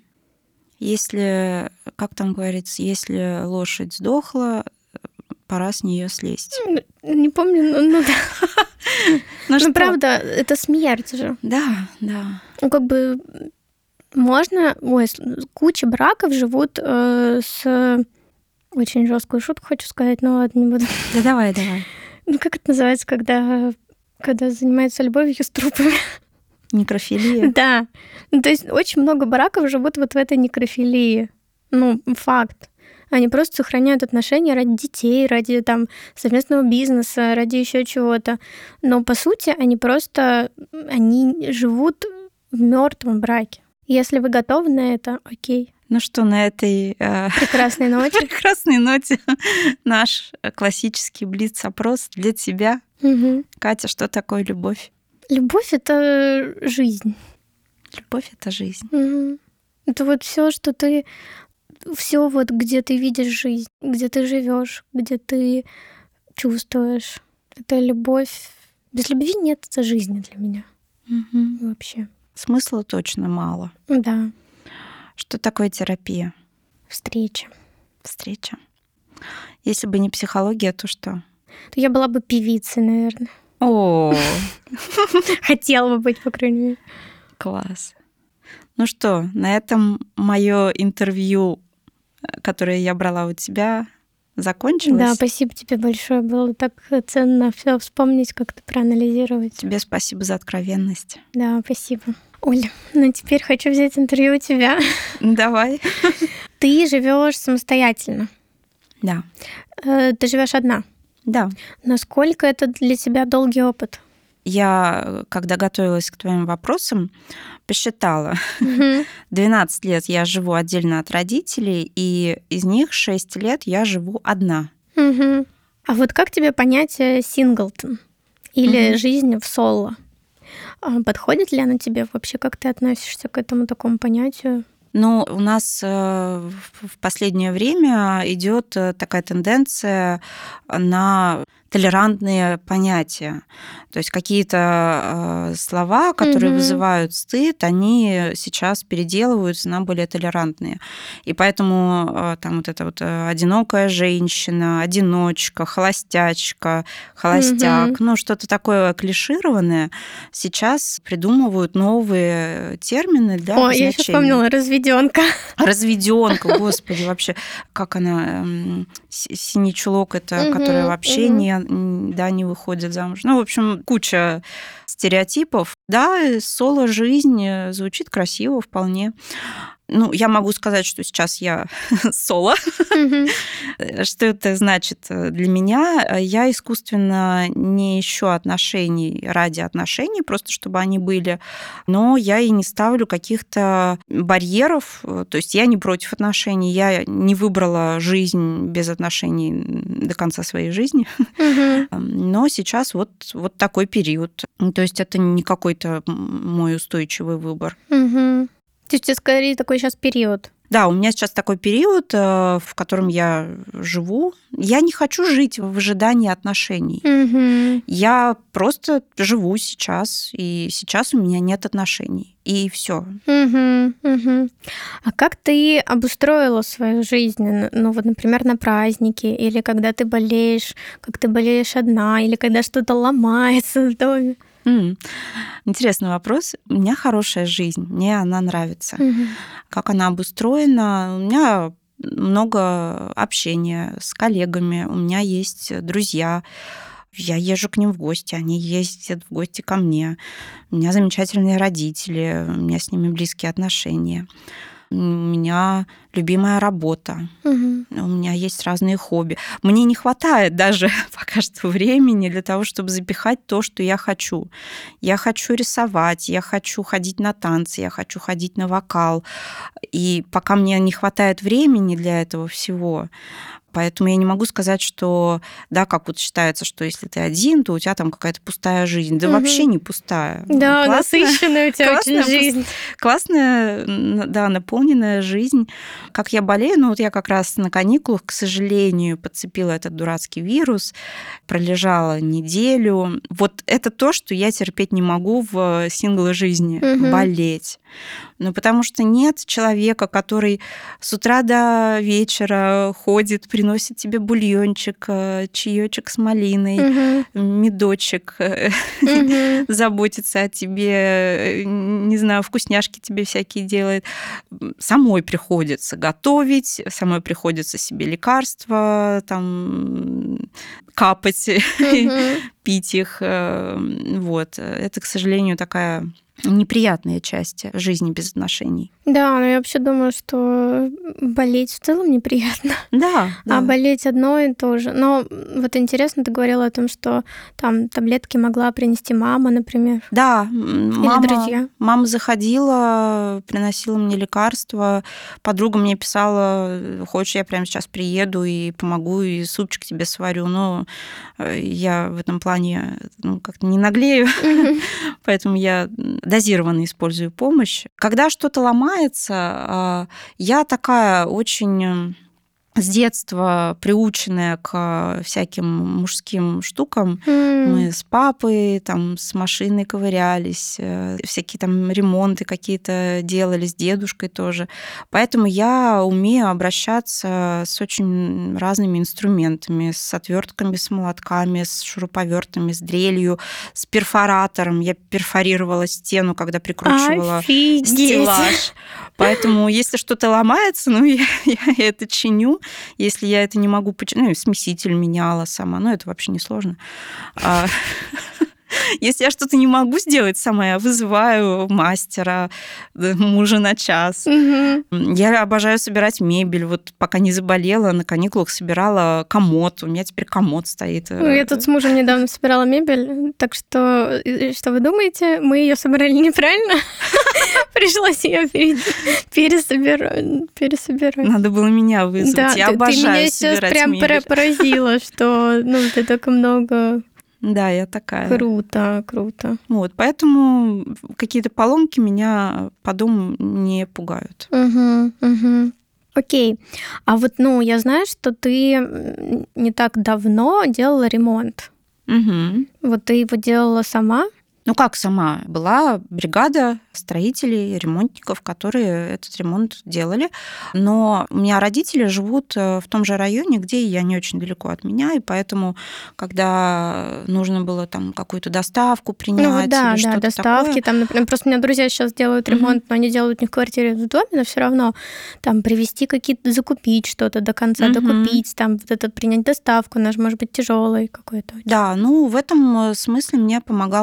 A: Если, как там говорится, если лошадь сдохла, пора с нее слезть.
B: Не помню, ну, ну да. Ну, ну правда, это смерть же.
A: Да, да.
B: Ну, как бы можно... Ой, куча браков живут э, с... Очень жесткую шутку хочу сказать, но ладно, не буду.
A: Да давай, давай.
B: Ну, как это называется, когда, когда занимаются любовью с трупами?
A: Некрофилия.
B: Да. Ну, то есть очень много браков живут вот в этой некрофилии. Ну, факт. Они просто сохраняют отношения ради детей, ради там совместного бизнеса, ради еще чего-то. Но по сути они просто они живут в мертвом браке. Если вы готовы на это, окей.
A: Ну что, на этой э,
B: прекрасной ноте,
A: прекрасной ноте наш классический блиц-опрос для тебя.
B: Угу.
A: Катя, что такое любовь?
B: Любовь — это жизнь.
A: Любовь — это жизнь.
B: Угу. Это вот все, что ты... Все вот, где ты видишь жизнь, где ты живешь, где ты чувствуешь. Это любовь. Без любви нет жизни для меня.
A: Угу.
B: Вообще.
A: Смысла точно мало.
B: Да.
A: Что такое терапия?
B: Встреча.
A: Встреча. Если бы не психология, то что?
B: То я была бы певицей, наверное.
A: О,
B: хотела бы быть, по крайней мере.
A: Класс. Ну что, на этом мое интервью, которое я брала у тебя, закончилось.
B: Да, спасибо тебе большое. Было так ценно все вспомнить, как-то проанализировать.
A: Тебе спасибо за откровенность.
B: Да, спасибо. Оля, ну теперь хочу взять интервью у тебя.
A: Давай.
B: Ты живешь самостоятельно.
A: Да.
B: Ты живешь одна.
A: Да.
B: Насколько это для тебя долгий опыт?
A: Я, когда готовилась к твоим вопросам, посчитала.
B: Угу.
A: двенадцать лет я живу отдельно от родителей, и из них шесть лет я живу одна.
B: Угу. А вот как тебе понятие синглтон или
A: угу.
B: жизнь в соло? Подходит ли оно тебе вообще? Как ты относишься к этому такому понятию?
A: Ну, у нас в последнее время идет такая тенденция на толерантные понятия. То есть какие-то слова, которые mm-hmm. вызывают стыд, они сейчас переделываются на более толерантные. И поэтому там вот эта вот одинокая женщина, одиночка, холостячка, холостяк, mm-hmm. ну, что-то такое клишированное, сейчас придумывают новые термины для
B: О,
A: обозначения.
B: Я еще вспомнила, разведенка.
A: Разведенка, господи, вообще, как она, синий чулок, это, mm-hmm. которая вообще mm-hmm. не да, не выходят замуж. Ну, в общем, куча стереотипов. Да, соло-жизнь звучит красиво вполне. Ну, я могу сказать, что сейчас я соло. Что это значит для меня? Я искусственно не ищу отношений ради отношений, просто чтобы они были, но я и не ставлю каких-то барьеров, то есть я не против отношений, я не выбрала жизнь без отношений до конца своей жизни, но сейчас вот, вот такой период. То есть это не какой-то мой устойчивый выбор.
B: То есть, скорее, такой сейчас период.
A: Да, у меня сейчас такой период, в котором я живу. Я не хочу жить в ожидании отношений.
B: Угу.
A: Я просто живу сейчас, и сейчас у меня нет отношений. И все.
B: Угу, угу. А как ты обустроила свою жизнь? Ну, вот, например, на праздники, или когда ты болеешь, как ты болеешь одна, или когда что-то ломается в доме?
A: Mm. Интересный вопрос. У меня хорошая жизнь, мне она нравится.
B: Mm-hmm.
A: Как она обустроена? У меня много общения с коллегами, у меня есть друзья, я езжу к ним в гости, они ездят в гости ко мне. У меня замечательные родители, у меня с ними близкие отношения. У меня любимая работа,
B: угу.
A: у меня есть разные хобби. Мне не хватает даже пока что времени для того, чтобы запихать то, что я хочу. Я хочу рисовать, я хочу ходить на танцы, я хочу ходить на вокал. И пока мне не хватает времени для этого всего, поэтому я не могу сказать, что, да, как вот считается, что если ты один, то у тебя там какая-то пустая жизнь. Да угу. вообще не пустая.
B: Да, классная, насыщенная у тебя очень жизнь.
A: Классная, да, наполненная жизнь. Как я болею, ну вот я как раз на каникулах, к сожалению, подцепила этот дурацкий вирус, пролежала неделю. Вот это то, что я терпеть не могу в синглой жизни, угу. болеть. Ну, потому что нет человека, который с утра до вечера ходит, приносит тебе бульончик, чаечек с малиной,
B: угу.
A: медочек,
B: угу.
A: заботится о тебе, не знаю, вкусняшки тебе всякие делает. Самой приходится готовить, самой приходится себе лекарства там капать,
B: угу.
A: пить их. Вот. Это, к сожалению, такая неприятная часть жизни без отношений.
B: Да, но я вообще думаю, что болеть в целом неприятно.
A: Да, да.
B: А болеть одной тоже. Но вот интересно, ты говорила о том, что там таблетки могла принести мама, например.
A: Да,
B: или
A: мама,
B: друзья.
A: Мама заходила, приносила мне лекарства. Подруга мне писала: хочешь, я прямо сейчас приеду и помогу, и супчик тебе сварю. Но я в этом плане ну, как-то не наглею, поэтому я дозированно использую помощь. Когда что-то ломается, я такая очень с детства приученная к всяким мужским штукам.
B: Mm.
A: Мы с папой там с машиной ковырялись, всякие там ремонты какие-то делали, с дедушкой тоже. Поэтому я умею обращаться с очень разными инструментами, с отвертками, с молотками, с шуруповертами, с дрелью, с перфоратором. Я перфорировала стену, когда прикручивала
B: Офигеть.
A: стеллаж. Поэтому если что-то ломается, ну, я, я это чиню. Если я это не могу починить, ну, смеситель меняла сама, ну, это вообще не сложно. Если я что-то не могу сделать сама, я вызываю мастера, мужа на час.
B: Угу.
A: Я обожаю собирать мебель. Вот пока не заболела, на каникулах собирала комод. У меня теперь комод стоит.
B: Ну, я тут с мужем недавно собирала мебель, так что, что вы думаете, мы ее собрали неправильно? Пришлось ее пересобирать.
A: Надо было меня вызвать.
B: Да,
A: я
B: ты,
A: обожаю
B: ты меня
A: собирать
B: сейчас прям
A: мебель.
B: поразила, что ну, ты так много...
A: Да, я такая.
B: Круто, круто.
A: Вот, поэтому какие-то поломки меня по дому не пугают.
B: Угу, угу. Окей. А вот, ну, я знаю, что ты не так давно делала ремонт.
A: Угу.
B: Вот ты его делала сама?
A: Ну, как сама? Была бригада строителей, ремонтников, которые этот ремонт делали. Но у меня родители живут в том же районе, где я не очень далеко от меня, и поэтому, когда нужно было там какую-то доставку принять,
B: ну, вот да,
A: или
B: да,
A: что-то
B: доставки.
A: такое...
B: Там, например, просто у меня друзья сейчас делают ремонт, mm-hmm. но они делают не в квартире, в доме, но все равно там привезти какие-то, закупить что-то до конца, mm-hmm. докупить, там вот это принять доставку, она же может быть тяжелой какой-то.
A: Да, ну в этом смысле мне помогал папа,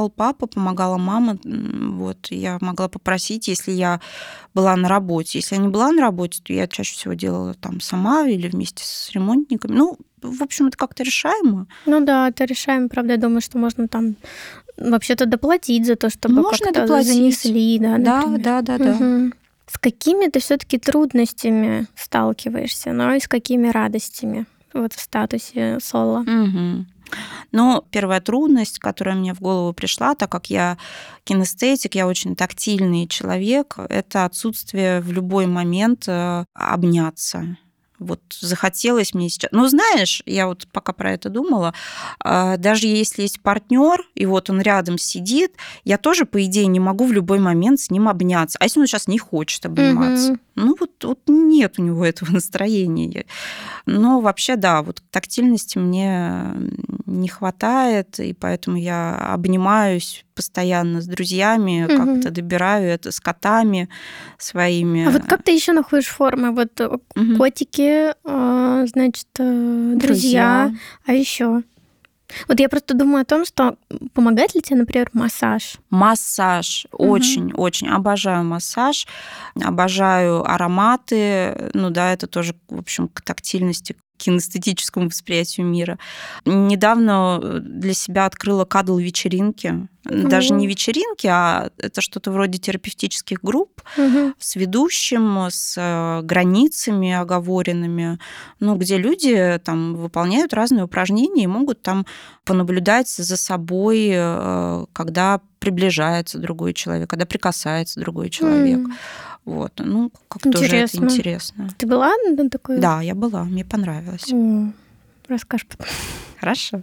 A: помогала мама. Вот, я могла попросить, если я была на работе. Если я не была на работе, то я чаще всего делала там сама или вместе с ремонтниками. Ну, в общем, это как-то решаемо.
B: Ну да, это решаемо. Правда, я думаю, что можно там вообще-то доплатить за то, чтобы
A: можно
B: как-то
A: доплатить.
B: занесли. Да,
A: да,
B: например.
A: да, да, да.
B: Угу. С какими ты все-таки трудностями сталкиваешься, но и с какими радостями вот в статусе соло?
A: Угу. Ну, первая трудность, которая мне в голову пришла, так как я кинестетик, я очень тактильный человек, это отсутствие в любой момент обняться. Вот захотелось мне сейчас... Ну, знаешь, я вот пока про это думала, даже если есть партнер, и вот он рядом сидит, я тоже, по идее, не могу в любой момент с ним обняться. А если он сейчас не хочет обниматься? Угу. Ну, вот, вот нет у него этого настроения. Но вообще, да, вот тактильности мне не хватает, и поэтому я обнимаюсь постоянно с друзьями, угу. как-то добираю это с котами своими.
B: А вот как ты еще находишь формы? Вот угу. котики, значит, друзья, друзья. А еще? Вот я просто думаю о том, что помогает ли тебе, например, массаж?
A: Массаж. Очень-очень. Угу. Обожаю массаж. Обожаю ароматы. Ну да, это тоже, в общем, к тактильности, к кинестетическому восприятию мира. Недавно для себя открыла кадл-вечеринки. Mm-hmm. Даже не вечеринки, а это что-то вроде терапевтических групп mm-hmm. с ведущим, с границами оговоренными, ну, где люди там выполняют разные упражнения и могут там понаблюдать за собой, когда приближается другой человек, когда прикасается другой человек. Mm-hmm. Вот. Ну, как-то тоже это интересно.
B: Ты была на такой?
A: Да, я была, мне понравилось.
B: Mm. Расскажи потом.
A: Хорошо.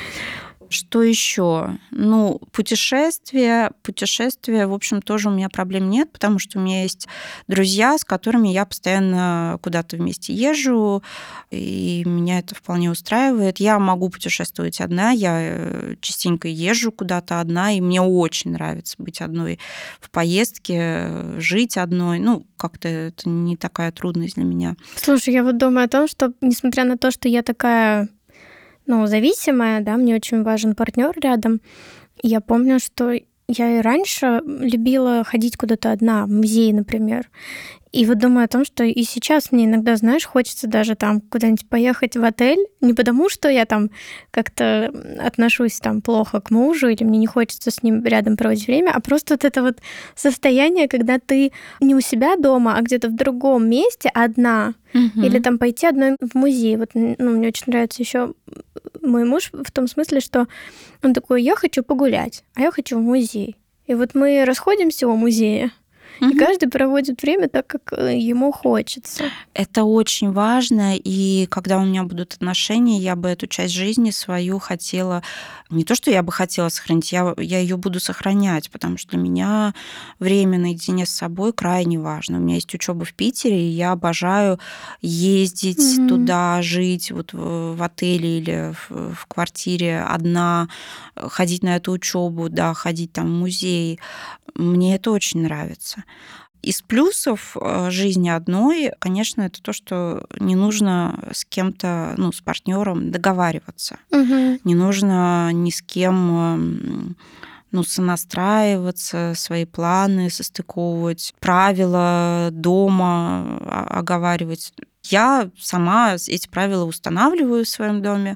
A: Что еще? Ну, путешествия. Путешествия, в общем, тоже у меня проблем нет, потому что у меня есть друзья, с которыми я постоянно куда-то вместе езжу, и меня это вполне устраивает. Я могу путешествовать одна, я частенько езжу куда-то одна, и мне очень нравится быть одной в поездке, жить одной. Ну, как-то это не такая трудность для меня.
B: Слушай, я вот думаю о том, что, несмотря на то, что я такая... ну, зависимая, да, мне очень важен партнер рядом. Я помню, что я и раньше любила ходить куда-то одна, в музей, например. И вот думаю о том, что и сейчас мне иногда, знаешь, хочется даже там куда-нибудь поехать в отель, не потому что я там как-то отношусь там плохо к мужу или мне не хочется с ним рядом проводить время, а просто вот это вот состояние, когда ты не у себя дома, а где-то в другом месте одна, угу. или там пойти одной в музей. Вот, ну, мне очень нравится еще мой муж в том смысле, что он такой: я хочу погулять, а я хочу в музей. И вот мы расходимся у музея, и угу. каждый проводит время так, как ему хочется.
A: Это очень важно, и когда у меня будут отношения, я бы эту часть жизни свою хотела... Не то, что я бы хотела сохранить, я, я ее буду сохранять, потому что для меня время наедине с собой крайне важно. У меня есть учеба в Питере, и я обожаю ездить mm-hmm. туда, жить вот в, в отеле или в, в квартире одна, ходить на эту учебу, да, ходить там в музей. Мне это очень нравится. Из плюсов жизни одной, конечно, это то, что не нужно с кем-то, ну, с партнером договариваться. Угу. Не нужно ни с кем, ну, сонастраиваться, свои планы состыковывать, правила дома оговаривать. Я сама эти правила устанавливаю в своем доме,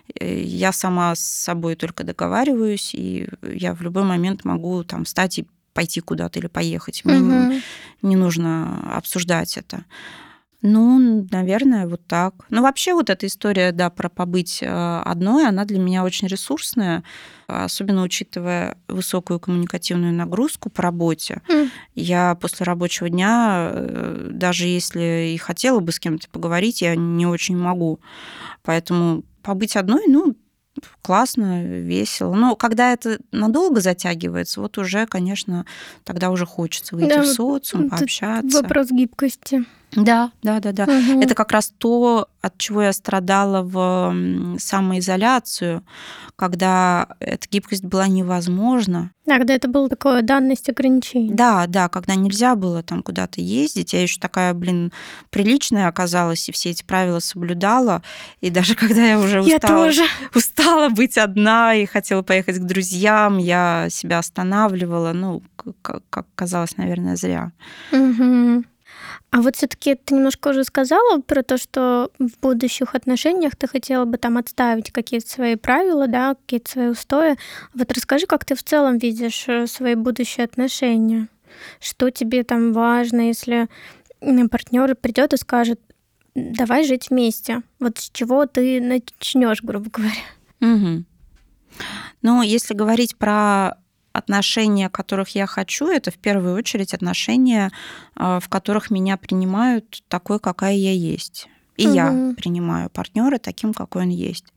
A: я сама с собой только договариваюсь, и я в любой момент могу там встать и пойти куда-то или поехать. Мне угу. не, не нужно обсуждать это. Ну, наверное, вот так. Ну, вообще вот эта история, да, про побыть одной, она для меня очень ресурсная, особенно учитывая высокую коммуникативную нагрузку по работе. Mm. Я после рабочего дня, даже если и хотела бы с кем-то поговорить, я не очень могу. Поэтому побыть одной, ну, классно, весело. Но когда это надолго затягивается, вот уже, конечно, тогда уже хочется выйти да, в социум, пообщаться.
B: Вопрос гибкости.
A: Да, да, да, да.
B: Мгм.
A: Это как раз то, от чего я страдала в самоизоляцию, когда эта гибкость была невозможна.
B: Да, когда это было такое данность ограничений.
A: Да, да, когда нельзя было там куда-то ездить. Я еще такая, блин, приличная оказалась, и все эти правила соблюдала. И даже когда я уже
B: Я
A: устала,
B: тоже.
A: устала быть одна и хотела поехать к друзьям, я себя останавливала. Ну, как как казалось, наверное, зря.
B: Мгм. А вот все-таки ты немножко уже сказала про то, что в будущих отношениях ты хотела бы там отставить какие-то свои правила, да, какие-то свои устои. Вот расскажи, как ты в целом видишь э, свои будущие отношения? Что тебе там важно, если партнер придет и скажет, давай жить вместе. Вот с чего ты начнешь, грубо говоря?
A: Мгм. Ну, если говорить про отношения, которых я хочу, это в первую очередь отношения, а, в которых меня принимают такой, какая я есть. И я
B: Мгм.
A: принимаю партнера таким, какой он есть.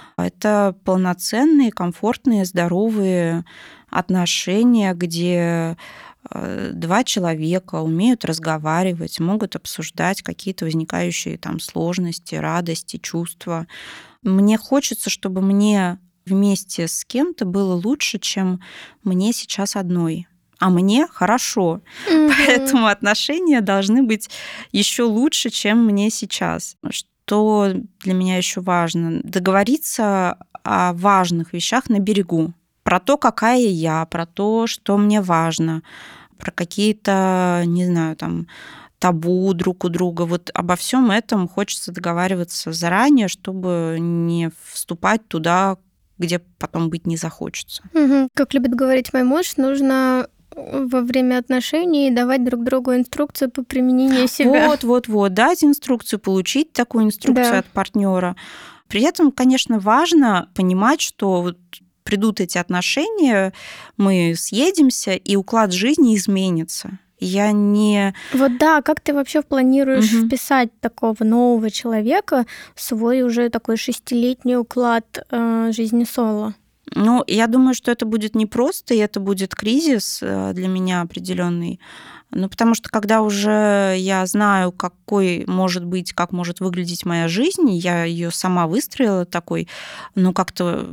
A: Это полноценные, комфортные, здоровые отношения, где э, два человека умеют разговаривать, могут обсуждать какие-то возникающие там сложности, радости, чувства. Мне хочется, чтобы мне вместе с кем-то было лучше, чем мне сейчас одной. А мне хорошо.
B: Мгм.
A: Поэтому отношения должны быть еще лучше, чем мне сейчас. Что для меня еще важно? Договориться о важных вещах на берегу. Про то, какая я, про то, что мне важно, про какие-то, не знаю, там, табу друг у друга. Вот обо всем этом хочется договариваться заранее, чтобы не вступать туда, где потом быть не захочется.
B: Мгм. Как любит говорить мой муж, нужно э, во время отношений давать друг другу инструкцию по применению себя.
A: Вот, вот, вот, дать инструкцию, получить такую инструкцию
B: Да.
A: от партнера. При этом, конечно, важно понимать, что вот придут эти отношения, мы съедемся, и уклад жизни изменится. Я не...
B: Вот да, как ты вообще планируешь
A: Мгм.
B: вписать такого нового человека в свой уже такой шестилетний уклад э, жизни соло?
A: Ну, я думаю, что это будет непросто, и это будет кризис э, для меня определенный. Ну, потому что когда уже я знаю, какой может быть, как может выглядеть моя жизнь, и я ее сама выстроила такой, ну, как-то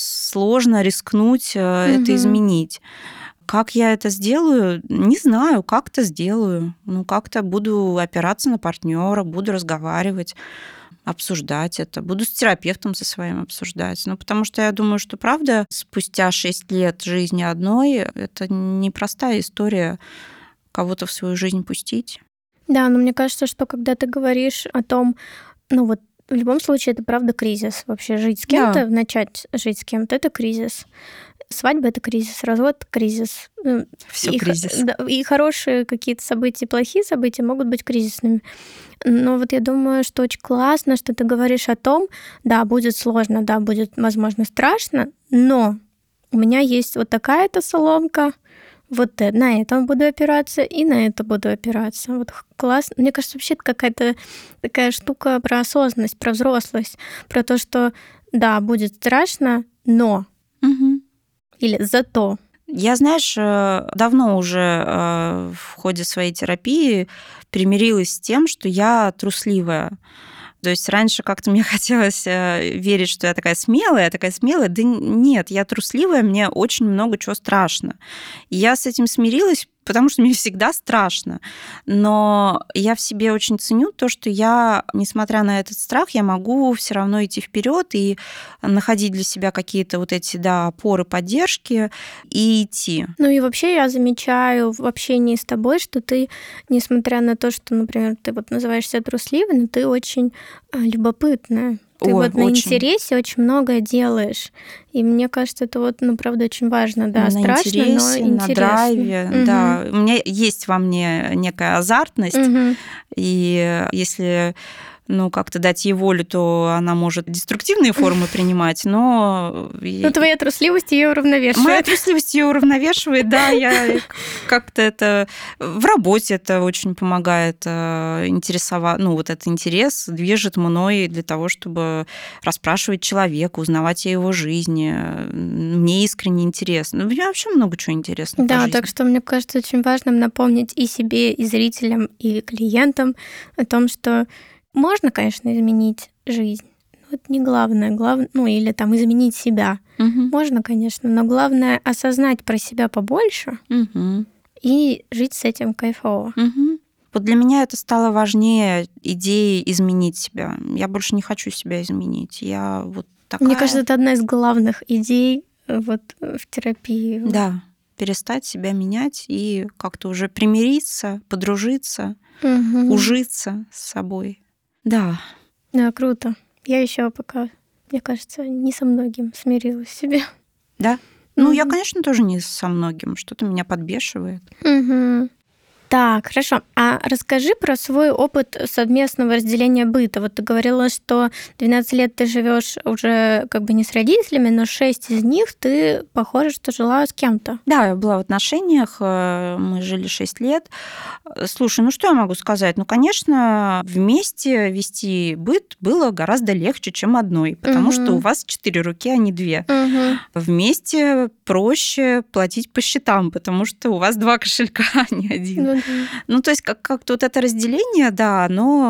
A: сложно рискнуть э, это
B: Мгм.
A: изменить. Как я это сделаю? Не знаю, как-то сделаю. Ну, как-то буду опираться на партнера, буду разговаривать, обсуждать это. Буду с терапевтом со своим обсуждать. Ну, потому что я думаю, что, правда, спустя шесть лет жизни одной, это непростая история кого-то в свою жизнь пустить.
B: Да, но мне кажется, что когда ты говоришь о том, ну вот в любом случае это правда кризис. Вообще жить с кем-то,
A: Да.
B: начать жить с кем-то, это кризис. Свадьба — это кризис, развод — кризис. Ну,
A: Все
B: и, х-
A: кризис.
B: да, и хорошие какие-то события, и плохие события могут быть кризисными. Но вот я думаю, что очень классно, что ты говоришь о том, да, будет сложно, да, будет, возможно, страшно, но у меня есть вот такая-то соломка, вот э- на этом буду опираться и на это буду опираться. Вот х- классно. Мне кажется, вообще это какая-то такая штука про осознанность, про взрослость, про то, что да, будет страшно, но
A: Мгм.
B: или зато.
A: Я, знаешь, э, давно уже э, в ходе своей терапии примирилась с тем, что я трусливая. То есть раньше как-то мне хотелось э, верить, что я такая смелая, такая смелая. Да н- нет, я трусливая, мне очень много чего страшно. И я с этим смирилась, потому что мне всегда страшно. Но я в себе очень ценю то, что я, несмотря на этот страх, я могу все равно идти вперед и находить для себя какие-то вот эти, да, опоры, поддержки и идти.
B: Ну и вообще я замечаю в общении с тобой, что ты, несмотря на то, что, например, ты вот называешь себя трусливой, но ты очень а, любопытная. Ты
A: Ой,
B: вот на
A: очень.
B: интересе очень многое делаешь. И мне кажется, это вот, ну, правда, очень важно. Да,
A: На
B: страшно, но
A: интересе, на
B: интересно.
A: драйве,
B: Мгм.
A: да. У меня есть во мне некая азартность,
B: Мгм.
A: и если ну, как-то дать ей волю, то она может деструктивные формы принимать, но...
B: Но твоя трусливость ее уравновешивает.
A: Моя трусливость ее уравновешивает, да, я как-то это... В работе это очень помогает интересовать, ну, вот этот интерес движет мной для того, чтобы расспрашивать человека, узнавать о его жизни. Мне искренне интересно. Мне вообще много чего интересного.
B: Да, так что мне кажется очень важным напомнить и себе, и зрителям, и клиентам о том, что можно, конечно, изменить жизнь. Но это не главное. Главное, ну, или там изменить себя.
A: Угу.
B: Можно, конечно, но главное осознать про себя побольше
A: угу.
B: и жить с этим кайфово.
A: Угу. Вот для меня это стало важнее идеи изменить себя. Я больше не хочу себя изменить. Я вот такая...
B: Мне кажется, это одна из главных идей вот в терапии.
A: Да, перестать себя менять и как-то уже примириться, подружиться,
B: угу.
A: ужиться с собой. Да.
B: Да, круто. Я еще пока, мне кажется, не со многим смирилась в себе.
A: Да?
B: Mm-hmm.
A: Ну, я, конечно, тоже не со многим. Что-то меня подбешивает.
B: Mm-hmm. Так, хорошо. А расскажи про свой опыт совместного разделения быта. Вот ты говорила, что двенадцать лет ты живешь уже как бы не с родителями, но шесть из них ты, похоже, что жила с кем-то.
A: Да, я была в отношениях, мы жили шесть лет. Слушай, ну что я могу сказать? Ну, конечно, вместе вести быт было гораздо легче, чем одной, потому угу. что у вас четыре руки, а не две.
B: Угу.
A: Вместе проще платить по счетам, потому что у вас два кошелька, а не один.
B: Ну,
A: Ну, то есть как- как-то вот это разделение, да,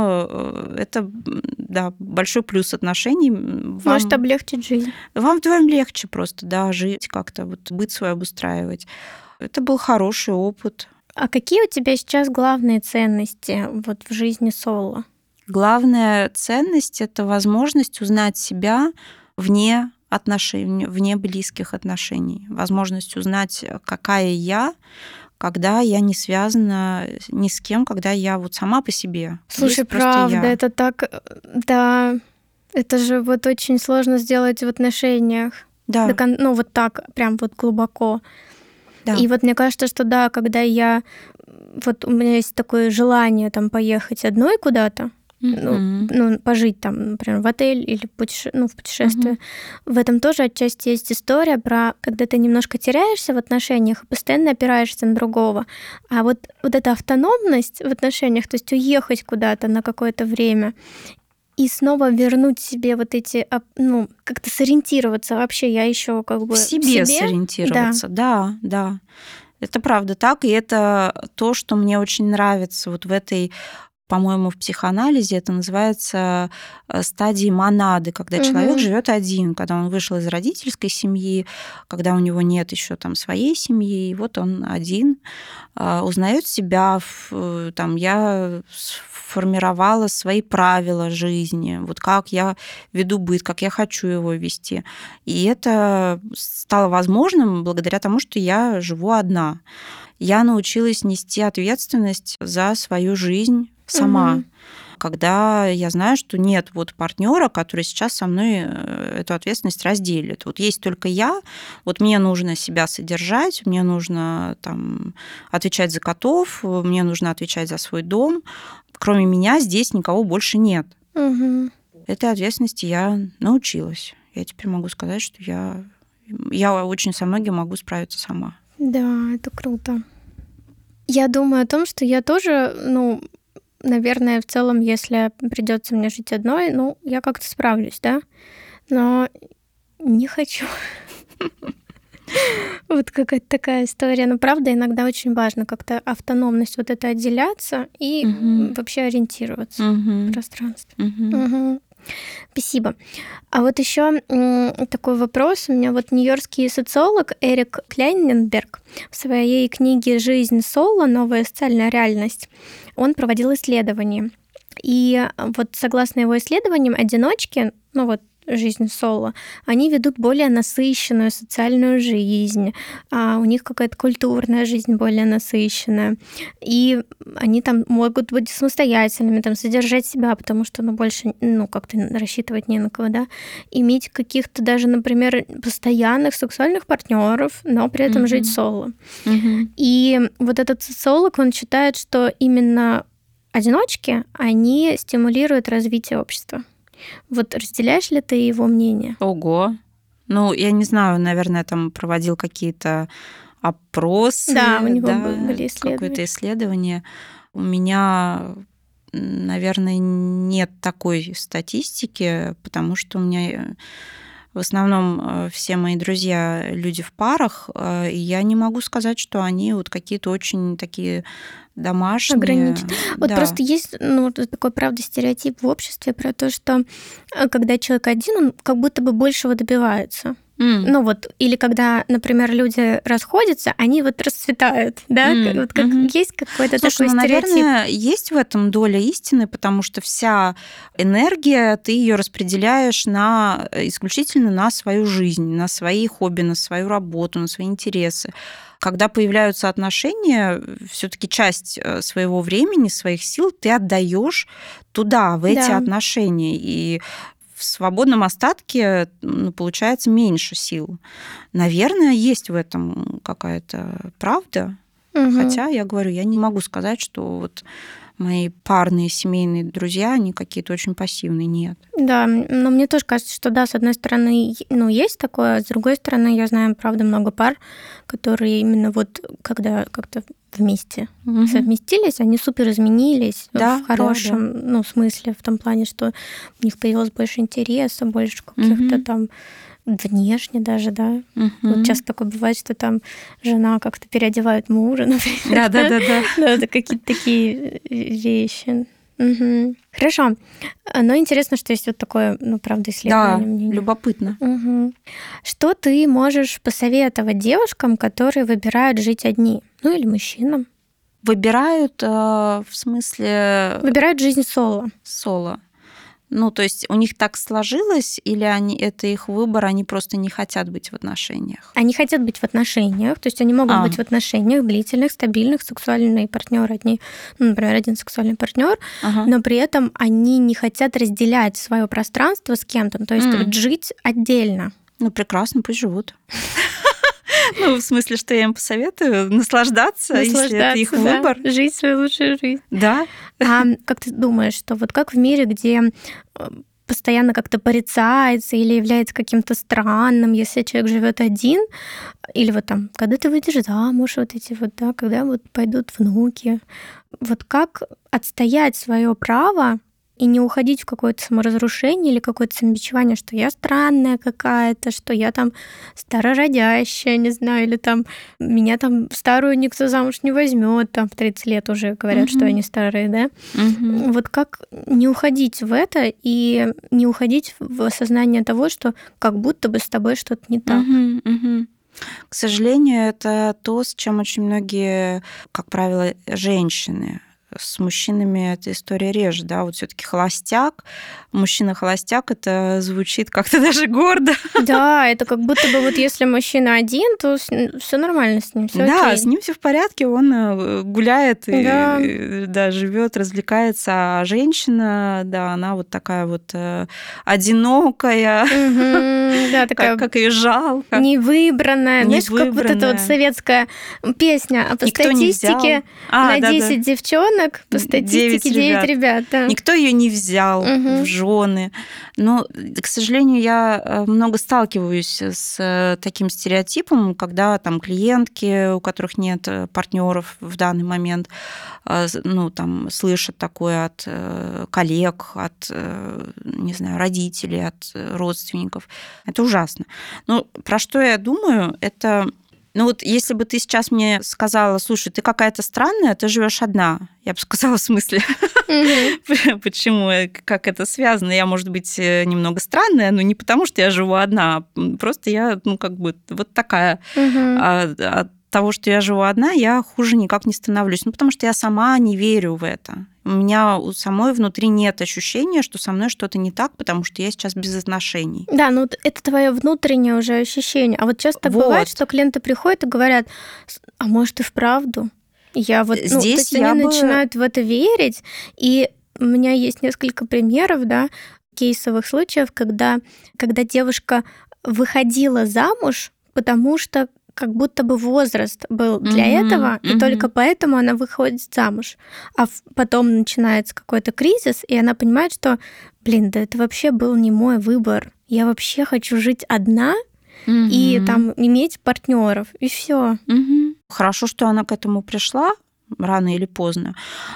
A: оно это да, большой плюс отношений. Вам,
B: может облегчить жизнь.
A: Вам вдвоем легче просто, да, жить как-то, вот быт свой обустраивать. Это был хороший опыт.
B: А какие у тебя сейчас главные ценности вот в жизни соло?
A: Главная ценность — это возможность узнать себя вне отношений, вне близких отношений. Возможность узнать, какая я, когда я не связана ни с кем, когда я вот сама по себе.
B: Слушай, правда, я. это так... Да, это же вот очень сложно сделать в отношениях.
A: Да.
B: До, ну, вот так, прям вот глубоко.
A: Да.
B: И вот мне кажется, что да, когда я... Вот у меня есть такое желание там поехать одной куда-то,
A: Mm-hmm.
B: ну, ну, пожить там, например, в отель или путеше... ну, в путешествие. Mm-hmm. В этом тоже отчасти есть история про, когда ты немножко теряешься в отношениях и постоянно опираешься на другого. А вот, вот эта автономность в отношениях, то есть уехать куда-то на какое-то время и снова вернуть себе вот эти, ну, как-то сориентироваться вообще, я еще как бы...
A: В себе,
B: в себе
A: сориентироваться, да, да. да. Это правда так, и это то, что мне очень нравится вот в этой... По-моему, в психоанализе это называется стадией монады, когда угу. человек живет один, когда он вышел из родительской семьи, когда у него нет еще там своей семьи, и вот он один, узнает себя. Там, я сформировала свои правила жизни, вот как я веду быт, как я хочу его вести. И это стало возможным благодаря тому, что я живу одна. Я научилась нести ответственность за свою жизнь сама, угу. когда я знаю, что нет вот партнера, который сейчас со мной эту ответственность разделит. Вот есть только я, вот мне нужно себя содержать, мне нужно там отвечать за котов, мне нужно отвечать за свой дом. Кроме меня здесь никого больше нет.
B: Угу.
A: Этой ответственности я научилась. Я теперь могу сказать, что я, я очень со многим могу справиться сама.
B: Да, это круто. Я думаю о том, что я тоже, ну, наверное, в целом, если придется мне жить одной, ну, я как-то справлюсь, да? Но не хочу. Вот какая-то такая история. Но правда, иногда очень важно как-то автономность вот это отделяться и вообще ориентироваться в пространстве. Спасибо. А вот еще такой вопрос. У меня вот нью-йоркский социолог Эрик Кляйненберг в своей книге «Жизнь соло. Новая социальная реальность» он проводил исследования. И вот согласно его исследованиям, одиночки, ну вот жизнь соло, они ведут более насыщенную социальную жизнь, а у них какая-то культурная жизнь более насыщенная, и они там могут быть самостоятельными, там, содержать себя, потому что, ну, больше, ну, как-то рассчитывать не на кого, да, иметь каких-то даже, например, постоянных сексуальных партнеров, но при этом mm-hmm. жить соло.
A: Mm-hmm.
B: И вот этот социолог, он считает, что именно одиночки, они стимулируют развитие общества. Вот разделяешь ли ты его мнение?
A: Ого. Ну, я не знаю, наверное, там проводил какие-то опросы,
B: Да, у него
A: да,
B: были исследования.
A: какое-то исследование. У меня, наверное, нет такой статистики, потому что у меня в основном все мои друзья люди в парах, и я не могу сказать, что они вот какие-то очень такие домашние.
B: Ограничить. Вот
A: Да.
B: просто есть, ну, такой, правда, стереотип в обществе про то, что когда человек один, он как будто бы большего добивается. Mm. Ну вот, или когда, например, люди расходятся, они вот расцветают, да? Mm. Вот как, mm-hmm. Есть какой-то
A: Слушай,
B: такой
A: ну,
B: стереотип.
A: Наверное, есть в этом доля истины, потому что вся энергия, ты ее распределяешь на, исключительно на свою жизнь, на свои хобби, на свою работу, на свои интересы. Когда появляются отношения, все-таки часть своего времени, своих сил ты отдаешь туда, в эти да. отношения. И в свободном остатке, ну, получается меньше сил. Наверное, есть в этом какая-то правда. Угу. Хотя, я говорю, я не могу сказать, что вот мои парные семейные друзья, они какие-то очень пассивные, нет.
B: Да, но мне тоже кажется, что да, с одной стороны, ну, есть такое, а с другой стороны, я знаю, правда, много пар, которые именно вот когда как-то вместе угу. совместились, они супер изменились да, в хорошем да, да. ну, смысле, в том плане, что у них появилось больше интереса, больше каких-то угу. там внешне даже, да. Угу. Вот часто такое бывает, что там жена как-то переодевает мужа, например.
A: Да, да, да, да.
B: Да, это какие-то такие вещи. Угу. Хорошо. Но интересно, что есть вот такое, ну, правда, исследование.
A: Да,
B: мнения.
A: Любопытно.
B: Угу. Что ты можешь посоветовать девушкам, которые выбирают жить одни? Ну, или мужчинам?
A: Выбирают, э, в смысле...
B: Выбирают жизнь соло.
A: Соло. Ну, то есть у них так сложилось, или они, это их выбор, они просто не хотят быть в отношениях?
B: Они хотят быть в отношениях, то есть они могут а. быть в отношениях длительных, стабильных, сексуальные партнеры одни, ну, например, один сексуальный партнер, ага. но при этом они не хотят разделять свое пространство с кем-то, то есть mm. вот жить отдельно.
A: Ну, прекрасно, пусть живут. Ну, в смысле, что я им посоветую? Наслаждаться,
B: Наслаждаться
A: если это их
B: да.
A: выбор.
B: Жить свою лучшую жизнь.
A: Да.
B: А как ты думаешь, что вот как в мире, где постоянно как-то порицается или является каким-то странным, если человек живет один, или вот там, когда ты выйдешь замуж, вот эти вот, да, когда вот пойдут внуки, вот как отстоять свое право и не уходить в какое-то саморазрушение или какое-то самобичевание, что я странная какая-то, что я там старородящая, не знаю, или там меня там старую никто замуж не возьмет, там в тридцать лет уже говорят, угу. что они старые, да? Угу. Вот как не уходить в это и не уходить в осознание того, что как будто бы с тобой что-то не так.
A: Угу, угу. К сожалению, это то, с чем очень многие, как правило, женщины. С мужчинами эта история реже, да, вот все-таки холостяк, мужчина-холостяк, это звучит как-то даже гордо.
B: Да, это как будто бы вот если мужчина один, то все нормально с ним, все
A: да,
B: окей.
A: С ним все в порядке, он гуляет, да. И, да, живет, развлекается, а женщина, да, она вот такая вот одинокая,
B: угу, да, такая,
A: как, как ее жалко,
B: невыбранная, знаешь, как вот эта вот советская песня по Никто статистике а, на да, десять да. девчонок. По статистике девять ребят. ребят да.
A: Никто ее не взял угу. в жены. Но, к сожалению, я много сталкиваюсь с таким стереотипом, когда там клиентки, у которых нет партнеров в данный момент, ну, там, слышат такое от коллег, от, не знаю, родителей, от родственников. Это ужасно. Но про что я думаю, это... Ну вот если бы ты сейчас мне сказала, слушай, ты какая-то странная, ты живешь одна, я бы сказала, в смысле, mm-hmm. почему, как это связано? Я, может быть, немного странная, но не потому, что я живу одна, просто я, ну, как бы вот такая. Mm-hmm. А, от того, что я живу одна, я хуже никак не становлюсь, ну, потому что я сама не верю в это. У меня у самой внутри нет ощущения, что со мной что-то не так, потому что я сейчас без отношений.
B: Да, ну это твое внутреннее уже ощущение. А вот часто вот. бывает, что клиенты приходят и говорят, а может и вправду? Я вот, ну, Здесь то есть я они бы... начинают в это верить, и у меня есть несколько примеров, да, кейсовых случаев, когда, когда девушка выходила замуж, потому что как будто бы возраст был для
A: Мгм,
B: этого, и
A: мгм.
B: только поэтому она выходит замуж. А в- потом начинается какой-то кризис, и она понимает, что, блин, да это вообще был не мой выбор. Я вообще хочу жить одна и
A: Мгм.
B: там иметь партнеров, и все.
A: Мгм. Хорошо, что она к этому пришла рано или поздно.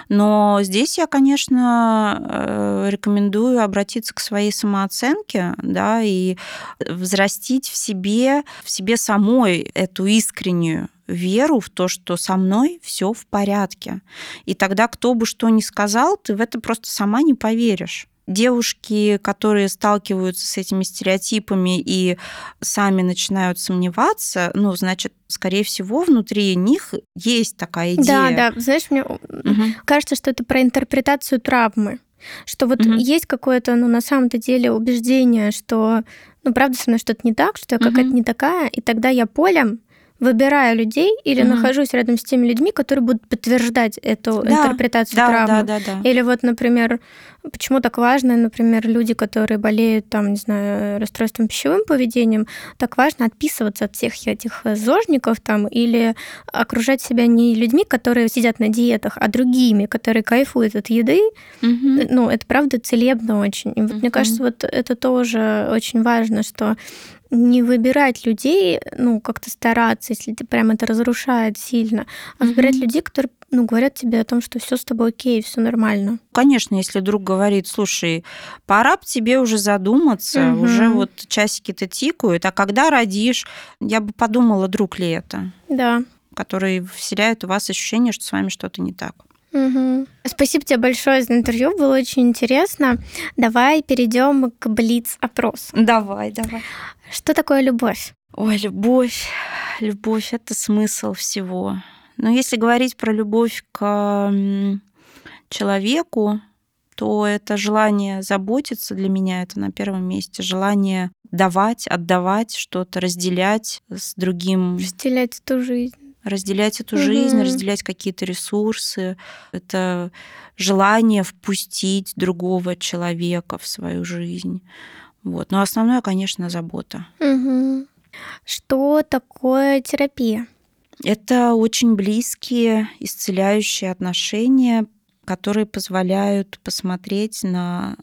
A: Но здесь я, конечно, э, рекомендую обратиться к своей самооценке, да, и взрастить в себе, в себе самой эту искреннюю веру в то, что со мной все в порядке. И тогда кто бы что ни сказал, ты в это просто сама не поверишь. Девушки, которые сталкиваются с этими стереотипами и сами начинают сомневаться, ну, значит, скорее всего, внутри них есть такая
B: Да,
A: идея.
B: да, знаешь, мне
A: Мгм.
B: кажется, что это про интерпретацию травмы. Что вот
A: Мгм.
B: есть какое-то, ну, на самом-то деле убеждение, что, ну, правда, со мной что-то не так, что я какая-то
A: Мгм.
B: не такая, и тогда я полем выбираю людей или
A: Мгм.
B: нахожусь рядом с теми людьми, которые будут подтверждать эту
A: Да,
B: интерпретацию
A: да, да,
B: травмы.
A: да, да.
B: Или вот, например, почему так важно, например, люди, которые болеют, там, не знаю, расстройством пищевым поведением, так важно отписываться от всех этих зожников там или окружать себя не людьми, которые сидят на диетах, а другими, которые кайфуют от еды.
A: Мгм.
B: Ну, это правда целебно очень. И вот мне
A: Мгм.
B: кажется, вот это тоже очень важно, что не выбирать людей, ну, как-то стараться, если ты прям это разрушает сильно, а выбирать
A: Мгм.
B: людей, которые, ну, говорят тебе о том, что все с тобой окей, все нормально.
A: Конечно, если друг говорит, слушай, пора б тебе уже задуматься, уже
B: Мгм.
A: вот часики-то тикают, а когда родишь, я бы подумала, друг ли это,
B: Да.
A: который вселяет у вас ощущение, что с вами что-то не так.
B: Мгм. Спасибо тебе большое за интервью, было очень интересно. Давай перейдем к блиц-опросу.
A: Давай, давай.
B: Что такое любовь?
A: Ой, любовь. Любовь — это смысл всего. Но если говорить про любовь к м, человеку, то это желание заботиться для меня, это на первом месте. Желание давать, отдавать что-то, разделять с другим,
B: Разделять эту жизнь.
A: разделять эту жизнь,
B: Мгм.
A: разделять какие-то ресурсы. Это желание впустить другого человека в свою жизнь. Вот. Но основное, конечно, забота.
B: Мгм. Что такое терапия?
A: Это очень близкие, исцеляющие отношения, которые позволяют посмотреть на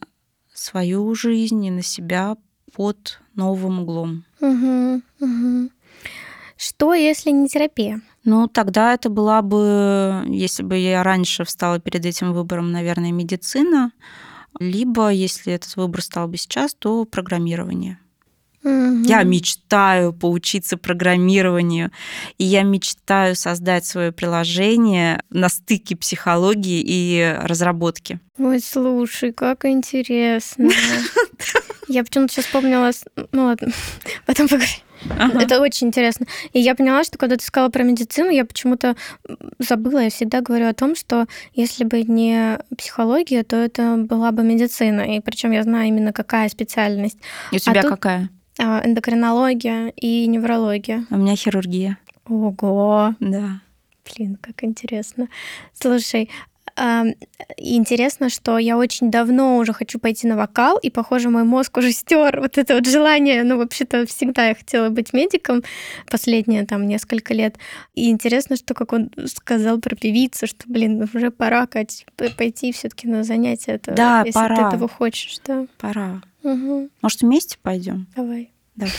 A: свою жизнь и на себя под новым углом.
B: Мгм. Мгм. Что, если не терапия?
A: Ну, тогда это была бы, если бы я раньше встала перед этим выбором, наверное, медицина, либо, если этот выбор стал бы сейчас, то программирование.
B: Мгм.
A: Я мечтаю поучиться программированию, и я мечтаю создать свое приложение на стыке психологии и разработки.
B: Ой, слушай, как интересно. Я почему-то сейчас вспомнила... с- Ну ладно, потом поговорим.
A: Ага.
B: Это очень интересно. И я поняла, что когда ты сказала про медицину, я почему-то м, забыла. Я всегда говорю о том, что если бы не психология, то это была бы медицина. И причем я знаю именно какая специальность.
A: И у тебя
B: тут-
A: какая?
B: А, Эндокринология и неврология.
A: У меня хирургия.
B: Ого,
A: Да.
B: блин, как интересно. Слушай, а, интересно, что я очень давно уже хочу пойти на вокал, и, похоже, мой мозг уже стер вот это вот желание. Ну, вообще-то, всегда я хотела быть медиком последние там несколько лет. И интересно, что как он сказал про певицу, что, блин, уже пора, Кать, п- пойти все таки на занятия, это,
A: Да,
B: если
A: пора.
B: ты этого хочешь, да.
A: Пора.
B: Мгм.
A: Может, вместе пойдем?
B: Давай.
A: Давай.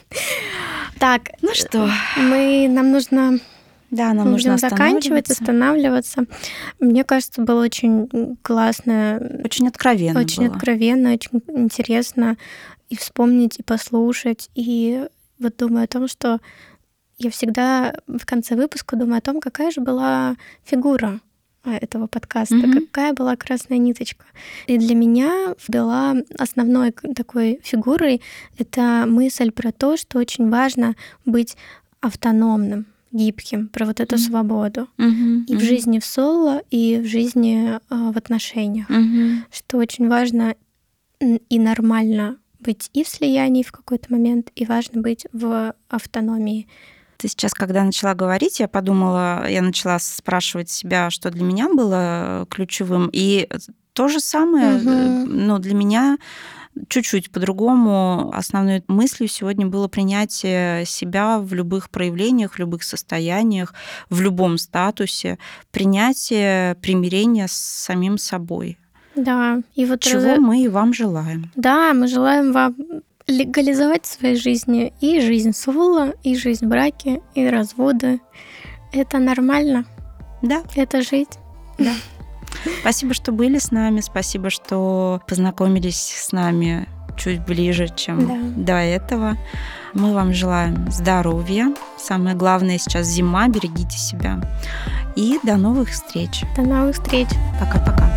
B: Так,
A: Ну что?
B: мы, нам нужно
A: Да, нам
B: Мы
A: нужно
B: будем заканчивать,
A: останавливаться.
B: останавливаться. Мне кажется, было очень классно,
A: Очень откровенно
B: очень
A: было.
B: откровенно, очень интересно и вспомнить, и послушать. И вот думаю о том, что я всегда в конце выпуска думаю о том, какая же была фигура а, этого подкаста,
A: Мгм.
B: какая была красная ниточка. И для меня была основной к- такой фигурой это мысль про то, что очень важно быть автономным, гибким, про вот эту
A: Мгм.
B: свободу.
A: Мгм.
B: И в
A: Мгм.
B: жизни в соло, и в жизни а, в отношениях.
A: Мгм.
B: Что очень важно м, и нормально быть и в слиянии в какой-то момент, и важно быть в автономии.
A: Ты сейчас, когда начала говорить, я подумала, я начала спрашивать себя, что для меня было ключевым. И то же самое,
B: Мгм.
A: ну, для меня чуть-чуть по-другому. Основной мыслью сегодня было принятие себя в любых проявлениях, в любых состояниях, в любом статусе, принятие, примирение с самим собой.
B: Да. И вот
A: Чего
B: раз...
A: мы и вам желаем.
B: Да, мы желаем вам легализовать в своей жизни и жизнь соло, и жизнь в браке, и разводы. Это нормально.
A: Да.
B: Это жить.
A: Да. Спасибо, что были с нами. Спасибо, что познакомились с нами чуть ближе, чем да. до этого. Мы вам желаем здоровья. Самое главное сейчас зима. Берегите себя. И до новых встреч.
B: До новых встреч.
A: Пока-пока.